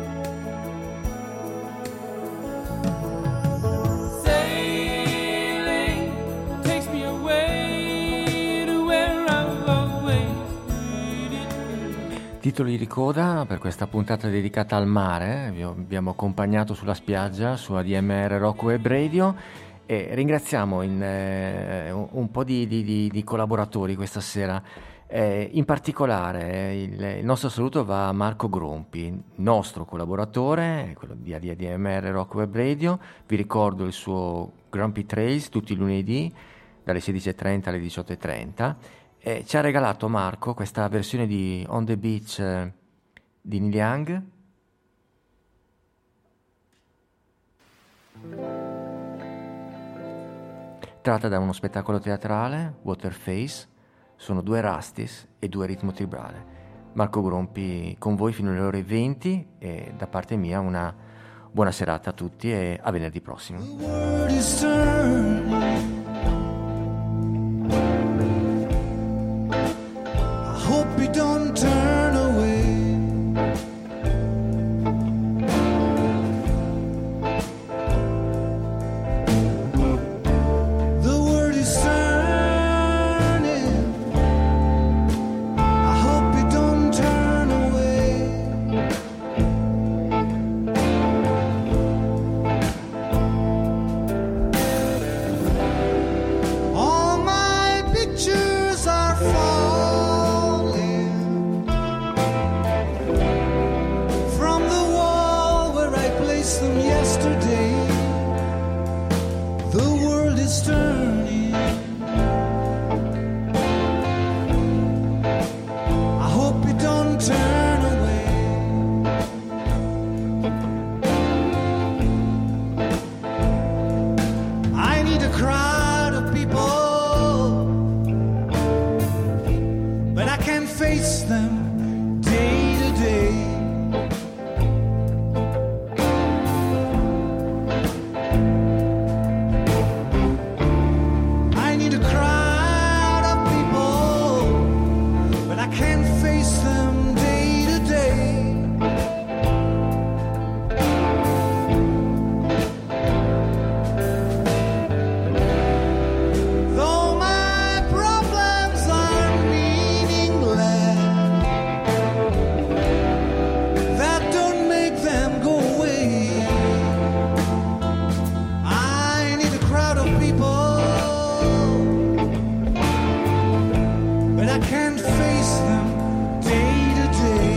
Sailing takes me away to where I've always heard it. Titoli di coda per questa puntata dedicata al mare, vi abbiamo accompagnato sulla spiaggia su ADMR Rock Web Radio e ringraziamo un po' di collaboratori questa sera. In particolare il nostro saluto va a Marco Grompi, nostro collaboratore, quello di ADMR Rock Web Radio. Vi ricordo il suo Grumpy Trails tutti i lunedì dalle 16.30 alle 18.30. Ci ha regalato Marco questa versione di On the Beach di Neil Young. Tratta da uno spettacolo teatrale, Waterface. Sono 2 Rastis e 2 ritmo tribale. Marco Grompi con voi fino alle ore 20 e da parte mia una buona serata a tutti e a venerdì prossimo. Word is turned. I hope you don't turn away. The word is turning. I hope you don't turn away. face them day to day. I need a crowd of people, but I can't face them day to day. Though my problems are meaningless, that don't make them go away. I need a crowd of people, but I can't face them day to day.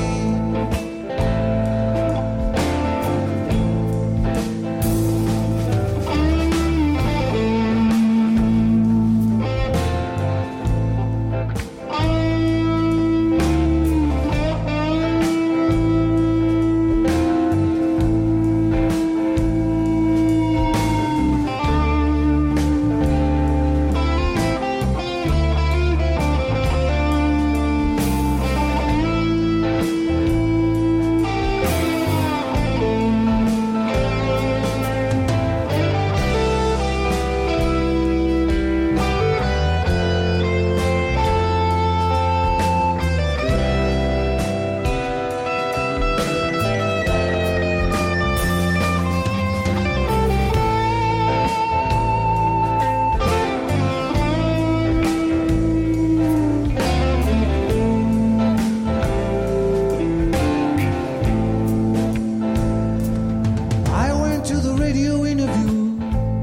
I went to the radio interview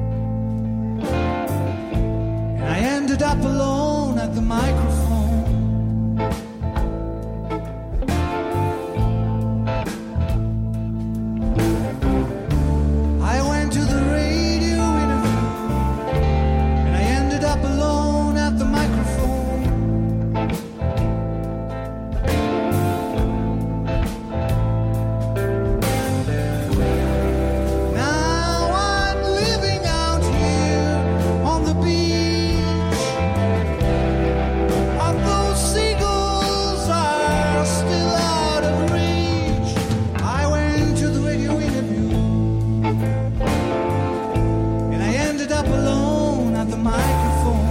and I ended up alone at the microphone. I went to the radio interview and I ended up alone at the microphone. Now I'm living out here on the beach. Although seagulls are still out of reach, I went to the radio interview and I ended up alone at the microphone.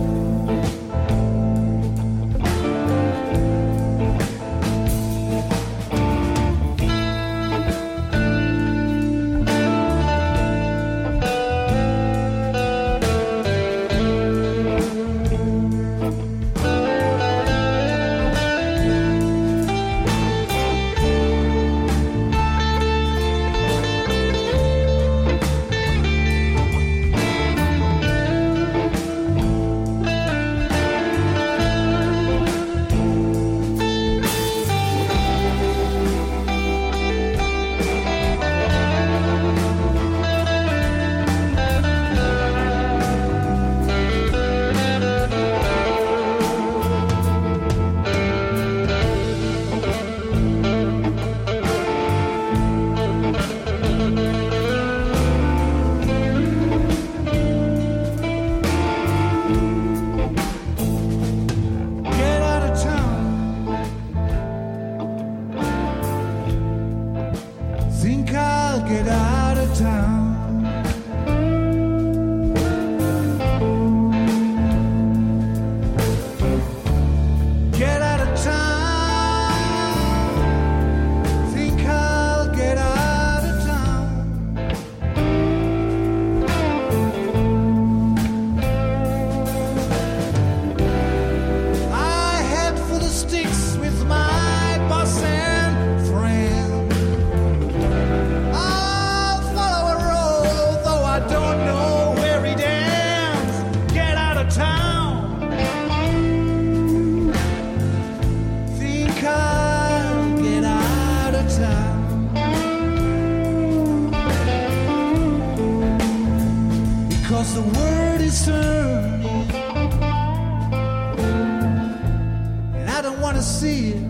Get out of town. Think I'll get out of town. Get out of town. Think I'll get out of town. I head for the sticks with my boss and friend. I'll follow a road, though I don't know where it ends. Get out of town. Think I'll get out of town. Because the word is turning and I don't want to see it